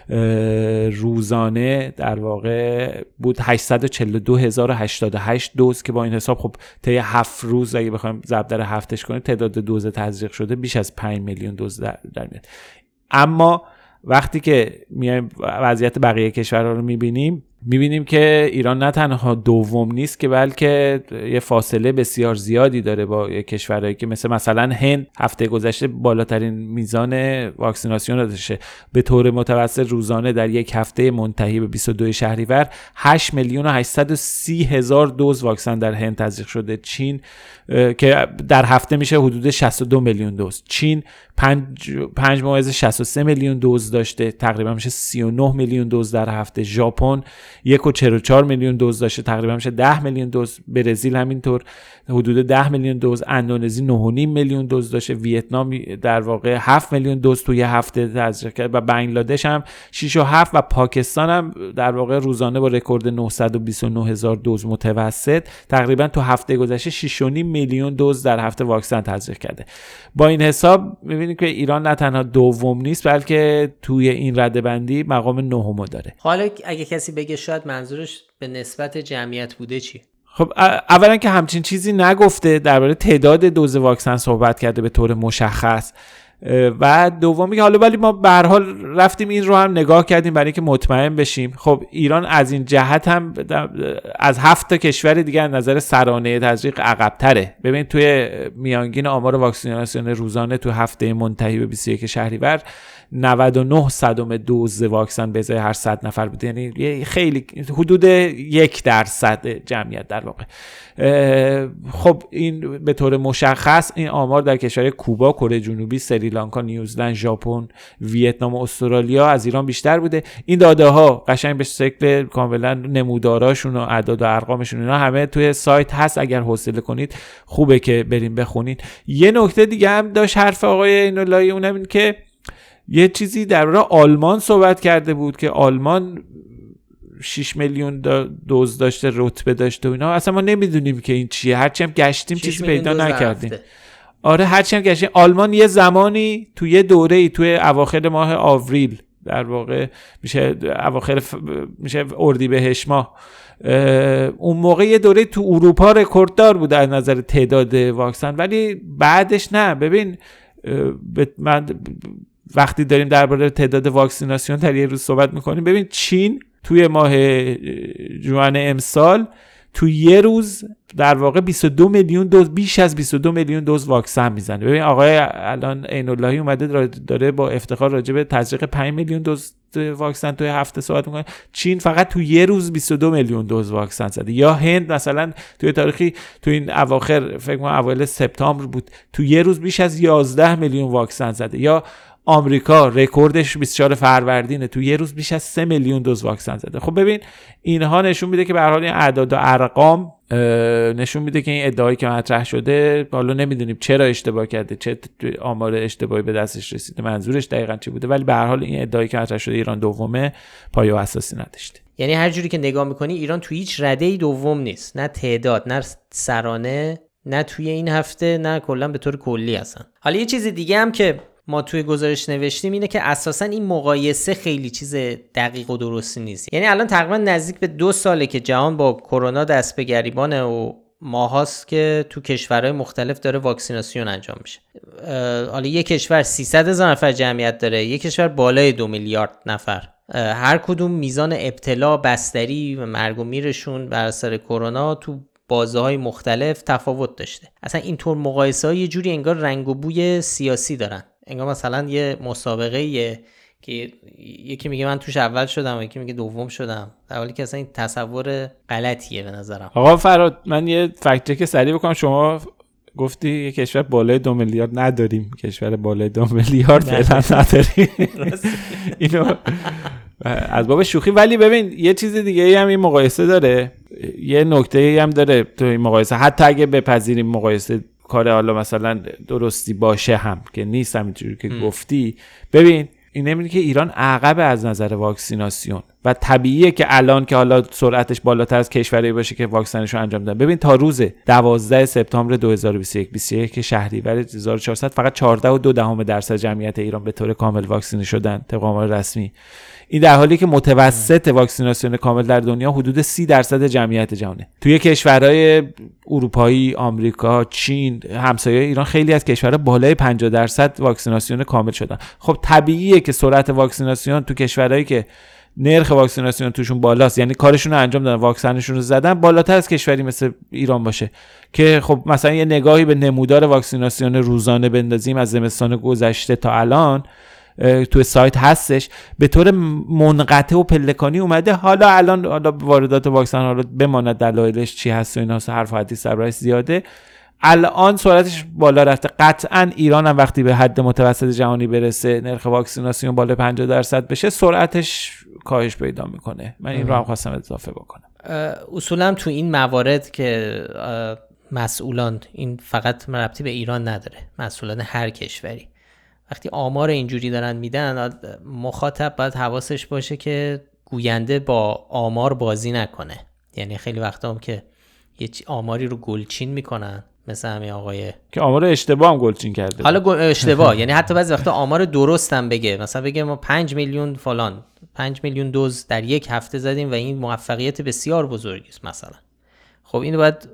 روزانه در واقع بود هشتصد و چهل و دو هزار و هشتاد و هشت دوز که با این حساب خب طی هفت روز اگه بخوایم ضرب در هفتش کنیم تعداد دوز تزریق شده بیش از پنج میلیون دوز در, در میاد. اما وقتی که میایم وضعیت بقیه کشورها رو میبینیم میبینیم که ایران نه تنها دوم نیست که بلکه یه فاصله بسیار زیادی داره با کشورهایی که مثل مثلا هند هفته گذشته بالاترین میزان واکسیناسیون رو داشته. به طور متوسط روزانه در یک هفته منتهی به بیست و دو شهریور هشت میلیون و هشتصد و سی هزار دوز واکسن در هند تزریق شده. چین که در هفته میشه حدود شصت و دو میلیون دوز. چین پنج ممیز شصت و سه میلیون دوز داشته، تقریبا میشه سی و نه میلیون دوز در هفته. ژاپن یک و چهل و چهار میلیون دوز داشته، تقریبا میشه ده میلیون دوز. برزیل همینطور حدود ده میلیون دوز. اندونزی نه و نیم میلیون دوز داشته. ویتنام در واقع هفت میلیون دوز توی هفته تزریق کرد و بنگلادش هم شش و هفت و پاکستان هم در واقع روزانه با رکورد نهصد و بیست و نه هزار دوز متوسط تقریبا تو هفته گذشته شش و نیم میلیون دوز در هفته واکسن تزریق کرده. با این حساب می‌بینید که ایران نه تنها دوم نیست بلکه توی این رده‌بندی مقام نهم داره. حالا اگه کسی بگه شاید منظورش به نسبت جمعیت بوده چی؟ خب اولا که همچین چیزی نگفته، درباره تعداد دوز واکسن صحبت کرده به طور مشخص. و دومی که حالا ولی ما به هر حال رفتیم این رو هم نگاه کردیم برای اینکه مطمئن بشیم. خب ایران از این جهت هم از هفت تا کشور دیگه از نظر سرانه تزریق عقب‌تره. ببین توی میانگین آمار واکسیناسیون روزانه تو هفته منتهی به بیست و یک شهریور نود و نه صدم دوز واکسن به ازای هر صد نفر بوده، یعنی خیلی حدود یک درصد جمعیت در واقع. خب این به طور مشخص این آمار در کشورهای کوبا، کره جنوبی، سریلانکا، نیوزلند، ژاپن، ویتنام و استرالیا از ایران بیشتر بوده. این داده ها قشنگ به شکل کاملا نموداراشون و اعداد و ارقامشون اینا همه توی سایت هست، اگر حوصله کنید خوبه که بریم بخونید. یه نکته دیگه هم داشت حرف آقای ایناللهی، اونم این که یه چیزی در مورد آلمان صحبت کرده بود که آلمان شش میلیون دوز داشته، رتبه داشته و اینا. اصلا ما نمیدونیم که این چیه، هرچی هم گشتیم چیزی پیدا نکردیم. آره هرچی هم گشتیم. آلمان یه زمانی تو یه دوره‌ای توی اواخر ماه آوریل، در واقع میشه اواخر ف... میشه اردیبهشت ماه، اون موقع یه دوره تو اروپا رکورددار بود از نظر تعداد واکسن، ولی بعدش نه. ببین من وقتی داریم درباره تعداد واکسیناسیون در یه روز صحبت میکنیم، ببین چین توی ماه ژوئن امسال تو یه روز در واقع بیست و دو میلیون دوز، بیش از بیست و دو میلیون دوز واکسن میزنه. ببین آقای الان ایناللهی اومده داره با افتخار راجع به تزریق پنج میلیون دوز واکسن توی هفته صحبت میکنه. چین فقط تو یه روز بیست و دو میلیون دوز واکسن زده. یا هند مثلا توی تاریخی تو این اواخر فکر کنم اوایل سپتامبر بود، تو یه روز بیش از یازده میلیون واکسن زده. یا آمریکا رکوردش بیست و چهارم فروردینه، تو یه روز بیش از سه میلیون دوز واکسن زده. خب ببین اینها نشون میده که به هر حال این اعداد و ارقام نشون میده که این ادعایی که مطرح شده، حالا نمیدونیم چرا اشتباه کرده، چه آمار اشتباهی به دستش رسیده، منظورش دقیقاً چی بوده، ولی به هر حال این ادعایی که مطرح شده ایران دومه پایه و اساسی نداشته. یعنی هر جوری که نگاه میکنی ایران تو هیچ رده‌ای دوم نیست، نه تعداد، نه سرانه، نه توی این هفته، نه کلا به طور کلی هستن. حالا یه چیز دیگه هم که ما توی گزارش نوشتیم اینه که اساساً این مقایسه خیلی چیز دقیق و درستی نیست. یعنی الان تقریبا نزدیک به دو ساله که جهان با کرونا دست به گریبانه و ماهاست که تو کشورهای مختلف داره واکسیناسیون انجام میشه. حالا یک کشور سیصد هزار نفر جمعیت داره، یک کشور بالای دو میلیارد نفر. هر کدوم میزان ابتلا، بستری و مرگ و میرشون بر اثر کرونا تو بازه‌های مختلف تفاوت داشته. اصلا اینطور مقایسه‌ها یه جوری انگار رنگ و بوی سیاسی دارن. انگار مثلا یه مسابقه‌ایه که یکی میگه من توش اول شدم و یکی میگه دوم شدم، در حالی که اصلا این تصور غلطیه به نظرم. آقا فراد من یه فکت چک سریع بکنم. شما گفتی یه کشور بالای دو میلیارد نداریم، کشور بالای دو میلیارد فعلا نداریم. اینو از باب شوخی. ولی ببین یه چیز دیگه هم این مقایسه داره، یه نکته هم داره تو این مقایسه، حتی اگه بپذیریم مقایسه کار حالا مثلا درستی باشه هم که نیست همینجوری که ام. گفتی. ببین این نمیدونه که ایران عقب از نظر واکسیناسیون و طبیعیه که الان که حالا سرعتش بالاتر از کشورایی باشه که واکسنشو انجام دادن. ببین تا روز دوازده سپتامبر دو هزار و بیست و یک بیست و یک شهریور هزار و چهارصد فقط چهارده و دو دهم درصد جمعیت ایران به طور کامل واکسینه شدن طبق آمار رسمی. این در حالی که متوسط واکسیناسیون کامل در دنیا حدود سی درصد جمعیت جهانه. توی کشورهای اروپایی، آمریکا، چین، همسایه ایران خیلی از کشورها بالای پنجاه درصد واکسیناسیون کامل شدن. خب طبیعیه که سرعت واکسیناسیون تو کشورهایی که نرخ واکسیناسیون توشون بالاست، یعنی کارشون رو انجام دادن، واکسنشون رو زدن، بالاتر از کشوری مثل ایران باشه. که خب مثلا یه نگاهی به نمودار واکسیناسیون روزانه بندازیم از زمستان گذشته تا الان توی سایت هستش، به طور منقطع و پلکانی اومده. حالا الان حالا واردات واکسن حالا بماند دلایلش چی هست و اینا، حرف و حدیث دربارش زیاده. الان سرعتش بالا رفته. قطعا ایران هم وقتی به حد متوسط جهانی برسه، نرخ واکسیناسیون بالا پنجاه درصد بشه، سرعتش کاهش پیدا میکنه. من این رو هم خواستم اضافه بکنم. اصولا تو این موارد که مسئولان، این فقط ربطی به ایران نداره، مسئولان هر کشوری وقتی آمار اینجوری دارن میدن، مخاطب باید حواسش باشه که گوینده با آمار بازی نکنه. یعنی خیلی وقتا هم که یه آماری رو گلچین میکنن، مثل همین آقای که آمار اشتباه هم گلچین کرده. حالا اشتباه یعنی حتی بعضی وقتا آمار درست هم بگه، مثلا بگه ما پنج میلیون فلان پنج میلیون دوز در یک هفته زدیم و این موفقیت بسیار بزرگی است مثلا. خب اینو باید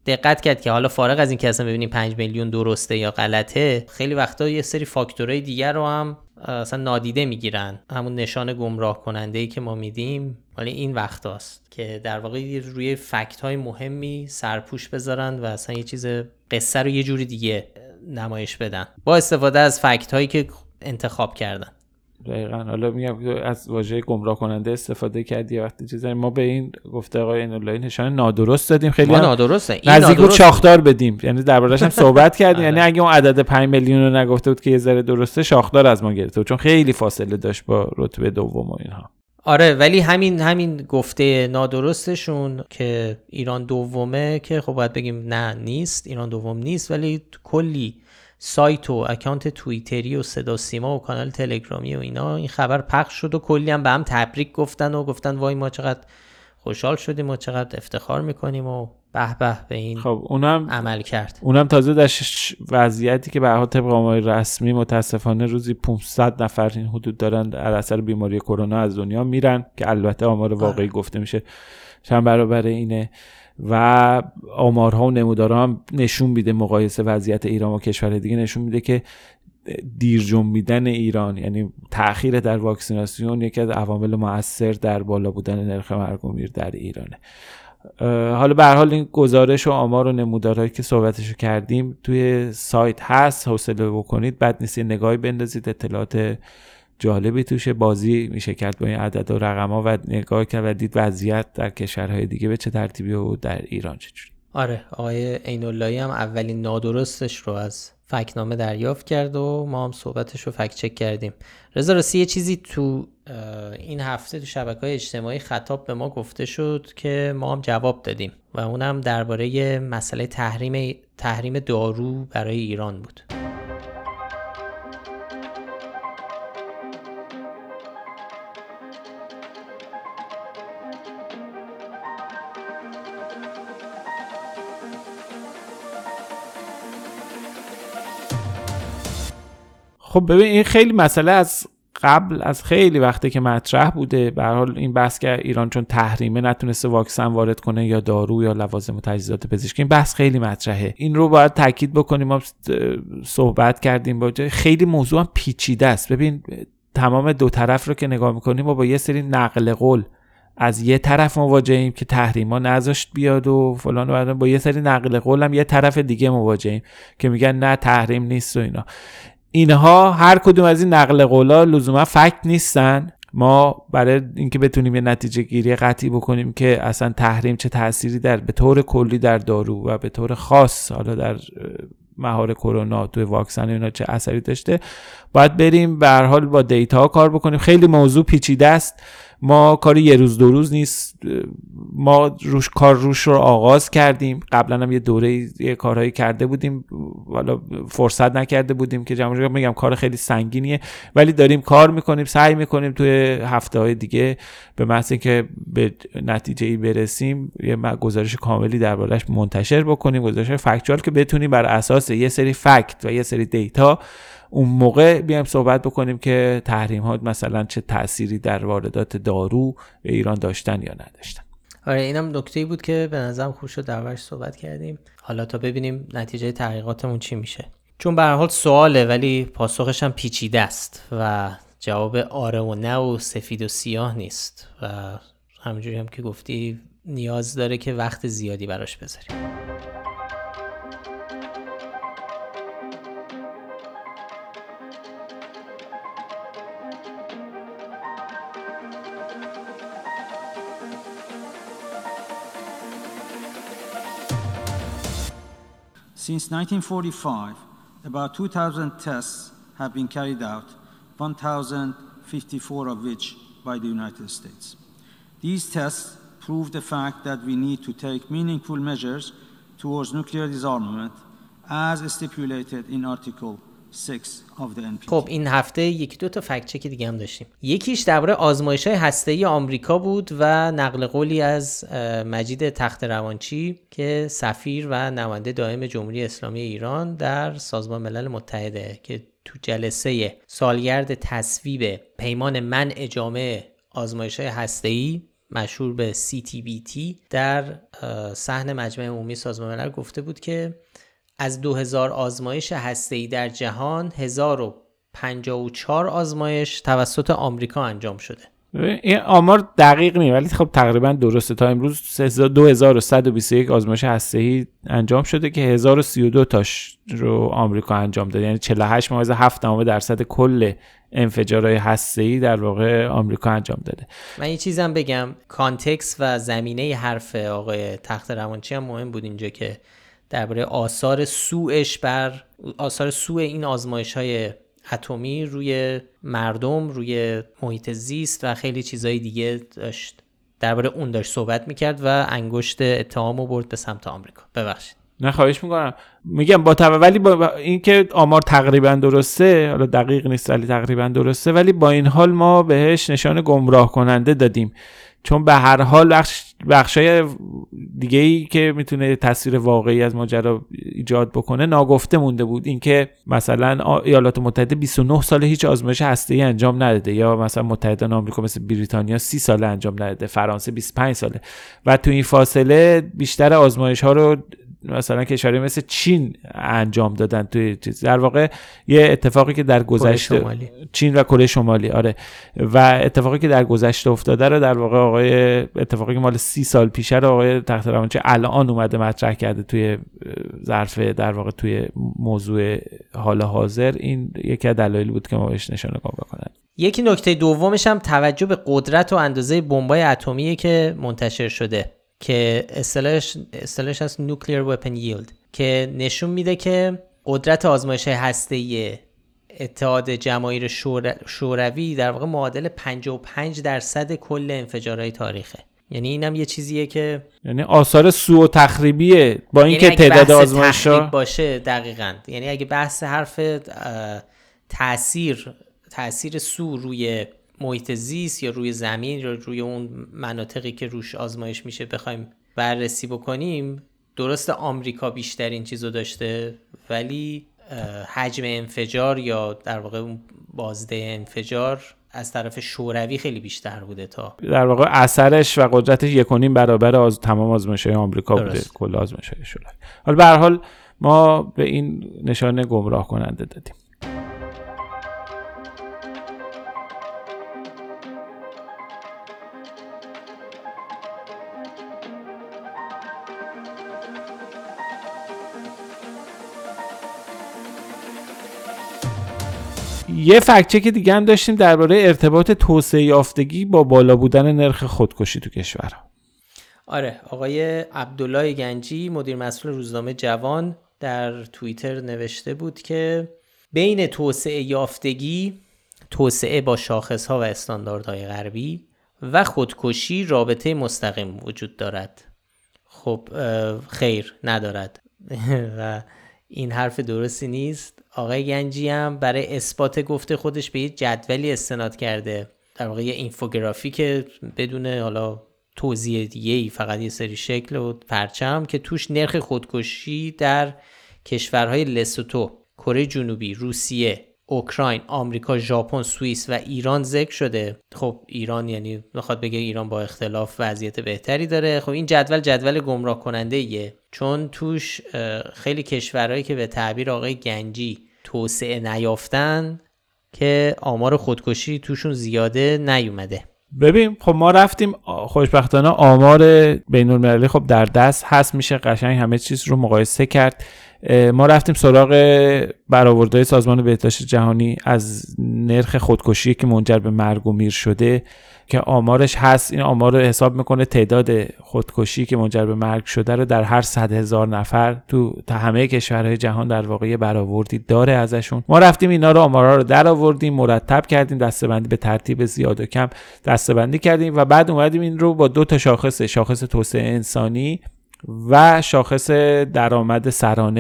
دقت کرد که حالا فارغ از این که اصلا ببینیم پنج میلیون درسته یا غلطه، خیلی وقتا یه سری فاکتورهای دیگر رو هم اصلا نادیده میگیرن. همون نشان گمراه کننده‌ای که ما میدیم ولی این وقتاست که در واقع روی فکت های مهمی سرپوش بذارن و اصلا یه چیز قصه رو یه جوری دیگه نمایش بدن با استفاده از فکت هایی که انتخاب کردن. دقیقاً. حالا میگم از واژه گمراه کننده استفاده کردی وقتی چیزایی ما به این گفته آقای ایناللهی نشان نادرست دادیم، خیلی ما نادرسته این نزدیک بود شاخدار بدیم، یعنی دربارش هم صحبت کردیم. یعنی اگه اون عدد پنج میلیون رو نگفته بود که یه ذره درسته، شاخدار از ما گرفته بود چون خیلی فاصله داشت با رتبه دوم و اینها. آره ولی همین همین گفته نادرستشون که ایران دومه که خب باید بگیم نه نیست، ایران دوم نیست، ولی کلی سایت و اکانت توییتری و صدا سیما و کانال تلگرامی و اینا این خبر پخش شد و کلی هم به هم تبریک گفتن و گفتن وای ما چقدر خوشحال شدیم و چقدر افتخار میکنیم و به به به این خب اونم عمل کرد. اونم تازه در وضعیتی که به هر حال طبق آمار رسمی متاسفانه روزی پانصد نفر این حدود دارن در اثر بیماری کرونا از دنیا میرن که البته آمار واقعی گفته میشه چند برابر اینه و آمارها و نمودارها هم نشون میده مقایسه وضعیت ایران و کشور دیگه نشون میده که دیر جنبیدن ایران یعنی تأخیر در واکسیناسیون یکی از عوامل مؤثر در بالا بودن نرخ مرگ و میر در ایرانه. حالا به هر حال این گزارش و آمار و نمودارهایی که صحبتشو کردیم توی سایت هست، حوصله بکنید بعد نیست نگاهی بندازید، اطلاعات جالبی توشه، بازی میشه کرد با این عدد و رقم‌ها و نگاه کردید وضعیت در کشورهای دیگه به چه ترتیبی و در ایران چجوری. آره آقای عین‌اللهی هم اولین نادرستش رو از فکت‌نامه دریافت کرد و ما هم صحبتش رو فکت چک کردیم. رضا راستی یه چیزی تو این هفته تو شبکه‌های اجتماعی خطاب به ما گفته شد که ما هم جواب دادیم و اونم درباره مسئله تحریم تحریم دارو برای ایران بود. خب ببین این خیلی مسئله از قبل از خیلی وقته که مطرح بوده. به هر حال این بحث که ایران چون تحریمه نتونسته واکسن وارد کنه یا دارو یا لوازم و تجهیزات پزشکی، این بحث خیلی مطرحه. این رو باید تاکید بکنیم، ما صحبت کردیم با خیلی موضوع هم پیچیده است. ببین تمام دو طرف رو که نگاه میکنیم ما با یه سری نقل قول از یه طرف مواجهیم که تحریما نذاشت بیاد و فلان و بعد با یه سری نقل قول هم یه طرف دیگه مواجهیم که میگن نه تحریم نیست و اینا. اینها هر کدوم از این نقل قولا لزوما فکت نیستن. ما برای اینکه بتونیم یه نتیجه گیری قطعی بکنیم که اصلا تحریم چه تأثیری در به طور کلی در دارو و به طور خاص حالا در مهار کرونا توی واکسن اینا چه اثری داشته، باید بریم به هر حال با دیتا کار بکنیم. خیلی موضوع پیچیده است، ما کاری یه روز دو روز نیست، ما روش کار روش رو آغاز کردیم. قبلا هم یه دوره یه کارهایی کرده بودیم، والا فرصت نکرده بودیم که جمعش میگم کار خیلی سنگینیه، ولی داریم کار میکنیم، سعی میکنیم توی هفته های دیگه به محض اینکه به نتیجه ای برسیم یه گزارش کاملی دربارش منتشر بکنیم، گزارش فکتوال که بتونیم بر اساس یه سری فکت و یه سری دیتا اون موقع بیایم صحبت بکنیم که تحریم ها مثلا چه تأثیری در واردات دارو به ایران داشتن یا نداشتن. آره اینم نکته‌ای بود که به نظرم خوب شد دربارش صحبت کردیم. حالا تا ببینیم نتیجه تحقیقاتمون چی میشه، چون به هر حال سواله ولی پاسخش هم پیچیده است و جواب آره و نه و سفید و سیاه نیست و همونجوری هم که گفتی نیاز داره که وقت زیادی براش بذاریم. Since nineteen forty-five, about two thousand tests have been carried out, one thousand fifty-four of which by the United States. These tests prove the fact that we need to take meaningful measures towards nuclear disarmament as stipulated in Article six of the ان پی تی. خب این هفته یکی دو تا فکت چک دیگه هم داشتیم. یکیش درباره آزمایش‌های هسته‌ای آمریکا بود و نقل قولی از مجید تخت‌روانچی که سفیر و نماینده دائم جمهوری اسلامی ایران در سازمان ملل متحده که تو جلسه سالگرد تصویب پیمان منع جامع آزمایش‌های هسته‌ای مشهور به سی تی بی تی در صحن مجمع عمومی سازمان ملل گفته بود که از دو هزار آزمایش هسته‌ای در جهان هزار و پنجاه و چهار آزمایش توسط آمریکا انجام شده. این آمار دقیق نیست ولی خب تقریبا درسته. تا امروز دو هزار و صد و بیست و یک آزمایش هسته‌ای انجام شده که هزار و سی و دو تاش رو آمریکا انجام داده، یعنی چهل و هشت ممیز هفت درصد کل انفجارهای هسته‌ای در واقع آمریکا انجام داده. من یه چیزم بگم، کانتکست و زمینه حرف آقای تخت روانچی هم مهم بود اینجا که درباره آثار سوءش بر آثار سوء این آزمایش‌های اتمی روی مردم، روی محیط زیست و خیلی چیزای دیگه داشت درباره اون داشت صحبت میکرد و انگشت اتهامو برد به سمت آمریکا. ببخشید. نه خواهش میکنم. میگم با تو... ولی با این که آمار تقریبا درسته، حالا دقیق نیست ولی تقریبا درسته، ولی با این حال ما بهش نشان گمراه کننده دادیم، چون به هر حال بخش بخشای دیگه‌ای که میتونه تصویر واقعی از ماجرا ایجاد بکنه ناگفته مونده بود. این که مثلا ایالات متحده بیست و نه سال هیچ آزمایش هسته‌ای انجام نداده، یا مثلا متحدان آمریکا مثل بریتانیا سی سال انجام نداده، فرانسه بیست و پنج ساله و تو این فاصله بیشتر آزمایش‌ها رو مثلا کشوری مثل چین انجام دادن. توی چیز در واقع یه اتفاقی که در گذشته چین و کره شمالی آره و اتفاقی که در گذشته افتاده رو در واقع آقای اتفاقی که مال سی سال پیشه رو آقای تخت روانچی الان اومده مطرح کرده توی ظرف در واقع توی موضوع حال حاضر. این یکی از دلایلی بود که ما بهش نشانه گمراه کنن. یکی نکته دومش هم توجه به قدرت و اندازه بمب‌های اتمی که منتشر شده که اصطلاحش اصطلاحش از nuclear weapon yield که نشون میده که قدرت آزمایش هسته‌ای اتحاد جماهیر شوروی در واقع معادل پنجاه و پنج درصد کل انفجارهای تاریخه. یعنی اینم یه چیزیه که یعنی آثار سوء و تخریبیه با اینکه یعنی تعداد آزمایش‌ها باشه. دقیقاً یعنی اگه بحث حرف تأثیر تأثیر سوء روی محیط زیست یا روی زمین یا روی اون مناطقی که روش آزمایش میشه بخوایم بررسی بکنیم، درست آمریکا بیشترین چیزو داشته ولی حجم انفجار یا در واقع اون بازده انفجار از طرف شوروی خیلی بیشتر بوده. تا در واقع اثرش و قدرتش یک و نیم برابر از تمام آزمایش‌های آمریکا درست بوده، کل آزمایش‌های شوروی. حالا به هر حال ما به این نشانه گمراه کننده دادیم. یه فکت چک دیگه هم داشتیم درباره ارتباط توسعه یافتگی با بالا بودن نرخ خودکشی تو کشور. آره، آقای عبدالله گنجی مدیر مسئول روزنامه جوان در توییتر نوشته بود که بین توسعه یافتگی، توسعه با شاخص‌ها و استانداردهای غربی و خودکشی رابطه مستقیم وجود دارد. خب خیر ندارد و این حرف درستی نیست. آقای گنجی هم برای اثبات گفته خودش به یه جدولی استناد کرده، در واقع یه اینفوگرافیک بدون حالا توضیح دیگه‌ای، فقط یه سری شکل و پرچم که توش نرخ خودکشی در کشورهای لسوتو، کره جنوبی، روسیه، اوکراین، آمریکا، ژاپن، سوئیس و ایران ذکر شده. خب ایران یعنی میخواد بگه ایران با اختلاف وضعیت بهتری داره. خب این جدول جدول گمراه کننده ایه، چون توش خیلی کشورهایی که به تعبیر آقای گنجی توسعه نیافتن که آمار خودکشی توشون زیاده نیومده. ببین خب ما رفتیم خوشبختانه آمار بین المللی خب در دست هست، میشه قشنگ همه چیز رو مقایسه کرد. ما رفتیم سراغ برآوردهای سازمان بهداشت جهانی از نرخ خودکشی که منجر به مرگ و میر شده که آمارش هست. این آمار رو حساب میکنه تعداد خودکشی که منجر به مرگ شده رو در هر صد هزار نفر تو تا همه کشورهای جهان در واقع برآوردی داره ازشون. ما رفتیم اینا رو آمارا رو در آوردیم، مرتب کردیم، دسته‌بندی به ترتیب زیاد و کم دسته‌بندی کردیم و بعد اومدیم این رو با دو تا شاخص، شاخص توسعه انسانی و شاخص درآمد سرانه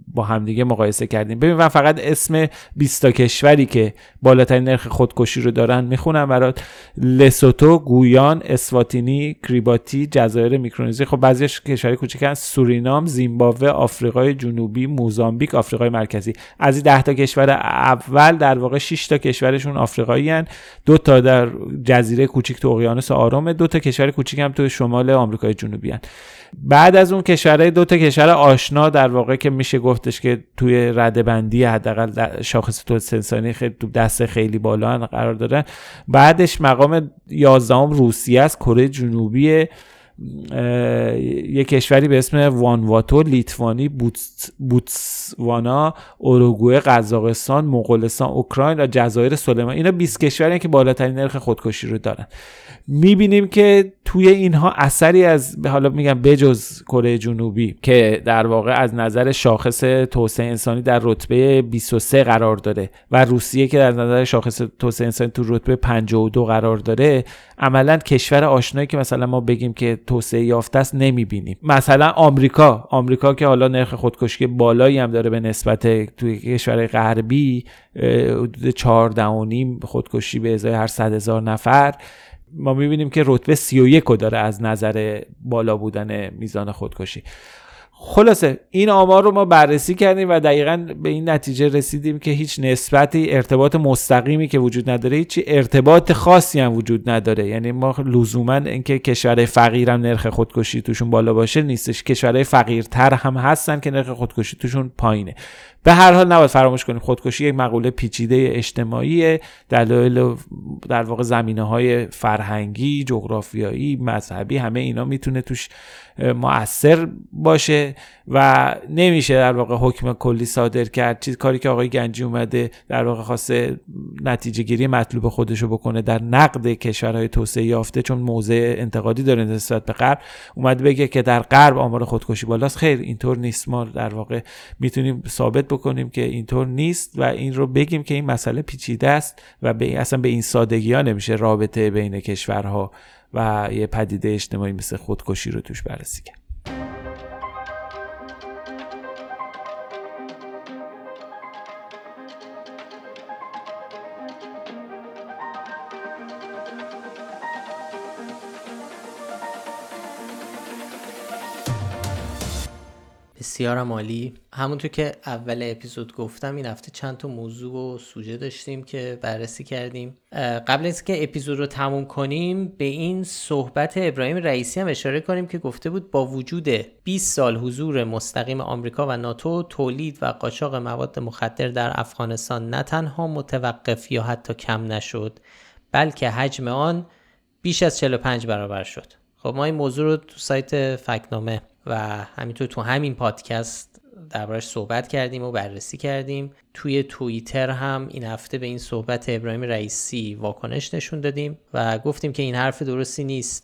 با همدیگه مقایسه کردیم. ببین من فقط اسم بیست تا کشوری که بالاترین نرخ خودکشی رو دارن میخونم برات: لسوتو، گویان، اسواتینی، کریباتی، جزایر میکرونزی، خب بعضیش کشورهای کوچیکن، سورینام، زیمبابوه، آفریقای جنوبی، موزامبیک، آفریقای مرکزی. از این ده تا کشور اول در واقع شش تا کشورشون آفریقایی ان، دو تا در جزیره کوچیک تو اقیانوس آرام، دو تا کشور کوچیک هم تو شمال آمریکای جنوبی ان. بعد از اون کشورهای دو تا کشور آشنا در واقع که میشه گفتش که توی رده‌بندی حداقل شاخص توسعه انسانی خیلی تو دست خیلی بالا قرار دارن. بعدش مقام یازدهم روسیه است، کره جنوبی، یک کشوری به اسم وانواتو، لیتوانی، بوتس، بوتسوانا، اوروگوئه، قزاقستان، مغولستان، اوکراین و جزایر سلیمان. اینا بیست کشوری که بالاترین نرخ خودکشی رو دارن. میبینیم که توی اینها اثری از، حالا میگم بجز کره جنوبی که در واقع از نظر شاخص توسعه انسانی در رتبه بیست و سه قرار داره و روسیه که در نظر شاخص توسعه انسانی تو رتبه پنجاه و دو قرار داره، عملا کشور آشنایی که مثلا ما بگیم که توسعه یافته است نمیبینیم. مثلا آمریکا آمریکا که حالا نرخ خودکشی بالایی هم داره به نسبت توی کشورهای غربی، حدود چهارده و نیم خودکشی به ازای هر صد هزار نفر، ما میبینیم که رتبه سی و یک رو داره از نظر بالا بودن میزان خودکشی. خلاصه این آمار رو ما بررسی کردیم و دقیقاً به این نتیجه رسیدیم که هیچ نسبتی، ارتباط مستقیمی که وجود نداره، هیچ ارتباط خاصی هم وجود نداره. یعنی ما لزوماً اینکه کشورهای فقیر هم نرخ خودکشی توشون بالا باشه نیستش، کشورهای فقیرتر هم هستن که نرخ خودکشی توشون پایینه. به هر حال نباید فراموش کنیم خودکشی یک مقوله پیچیده اجتماعیه، دلایل در واقع زمینه‌های فرهنگی، جغرافیایی، مذهبی، همه اینا میتونه توش مؤثر باشه و نمیشه در واقع حکم کلی صادر کرد. چیز کاری که آقای گنجی اومده در واقع خواسته نتیجه گیری مطلوب خودشو بکنه در نقد کشورهای توسعه یافته، چون موضع انتقادی داره نسبت به غرب، اومده بگه که در غرب آمار خودکشی بالاست. خیر، اینطور نیست. ما در واقع میتونیم ثابت بکنیم که اینطور نیست و این رو بگیم که این مسئله پیچیده است و به اصلا به این سادگی ها نمیشه رابطه بین کشورها و یه پدیده اجتماعی مثل خودکشی رو توش بررسی کرد. بسیارم عالی. همونطور که اول اپیزود گفتم این هفته چند تا موضوع و سوژه داشتیم که بررسی کردیم. قبل از که اپیزود رو تموم کنیم به این صحبت ابراهیم رئیسی هم اشاره کنیم که گفته بود با وجود بیست سال حضور مستقیم آمریکا و ناتو، تولید و قاچاق مواد مخدر در افغانستان نه تنها متوقف یا حتی کم نشد، بلکه حجم آن بیش از چهل و پنج برابر شد. خب ما این موضوع رو تو سایت فکت‌نامه و همینطور تو همین پادکست دربارش صحبت کردیم و بررسی کردیم. توی توییتر هم این هفته به این صحبت ابراهیم رئیسی واکنش نشون دادیم و گفتیم که این حرف درستی نیست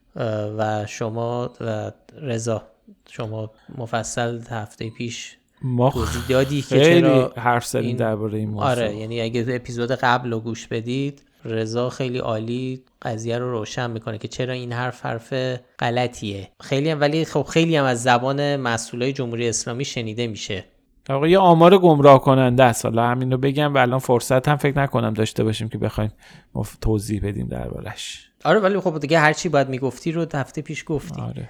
و شما و رضا شما مفصل هفته پیش ما توضیح دادی که چرا حرف زدیم درباره این موضوع. آره، یعنی اگه اپیزود قبل رو گوش بدید رضا خیلی عالی قضیه رو روشن میکنه که چرا این حرف حرف غلطیه. خیلی هم ولی خب خیلی هم از زبان مسئولای جمهوری اسلامی شنیده میشه. آقا یه آمار گمراه کننده است. حالا همین رو بگم و الان فرصت هم فکر نکنم داشته باشیم که بخوایم توضیح بدیم دربارش. آره ولی خب دیگه هر چی باید میگفتی رو هفته پیش گفتی. آره.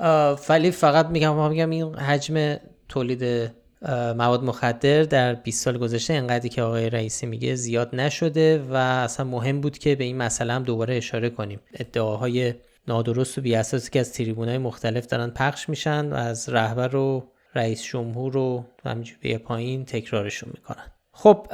ولی فقط میگم ما میگم این حجم تولید مواد مخدر در بیست سال گذشته انقدری که آقای رئیسی میگه زیاد نشده و اصلا مهم بود که به این مسئله هم دوباره اشاره کنیم. ادعاهای نادرست و بی اساسی که از تریبونای مختلف دارن پخش میشن و از رهبر و رئیس جمهور رو همینجوری به پایین تکرارشون میکنن. خب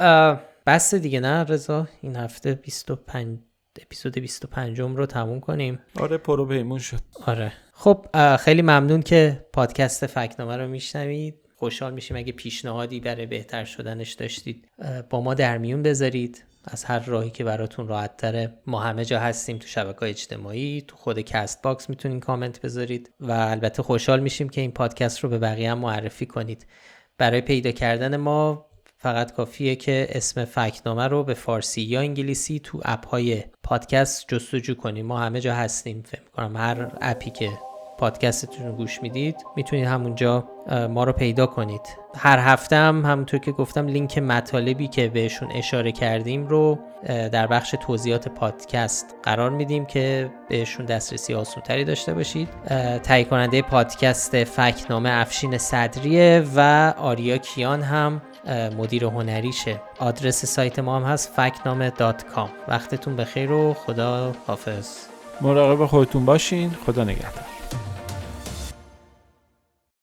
بس دیگه نه رضا، این هفته بیست و پنج اپیزود بیست و پنج رو تموم کنیم. آره پرو پیمون شد. آره خب خیلی ممنون که پادکست فکت‌نامه رو میشنوید. خوشحال میشیم اگه پیشنهادی برای بهتر شدنش داشتید با ما در میون بذارید از هر راهی که براتون راحت تره. ما همه جا هستیم، تو شبکه‌های اجتماعی، تو خود کست باکس میتونین کامنت بذارید و البته خوشحال میشیم که این پادکست رو به بقیه هم معرفی کنید. برای پیدا کردن ما فقط کافیه که اسم فکت‌نامه رو به فارسی یا انگلیسی تو اپ‌های پادکست جستجو کنید. ما همه جا هستیم، فکر می‌کنم هر اپی که پادکستتون رو گوش میدید میتونید همونجا ما رو پیدا کنید. هر هفته هم همونطور که گفتم لینک مطالبی که بهشون اشاره کردیم رو در بخش توضیحات پادکست قرار میدیم که بهشون دسترسی آسان‌تری داشته باشید. تهیه کننده پادکست فکتنامه افشین صدریه و آریا کیان هم مدیر هنریشه. آدرس سایت ما هم هست فکتنامه دات کام. وقتتون بخیر و خدا حافظ. مراقب خودتون باشین. خدا نگهدار.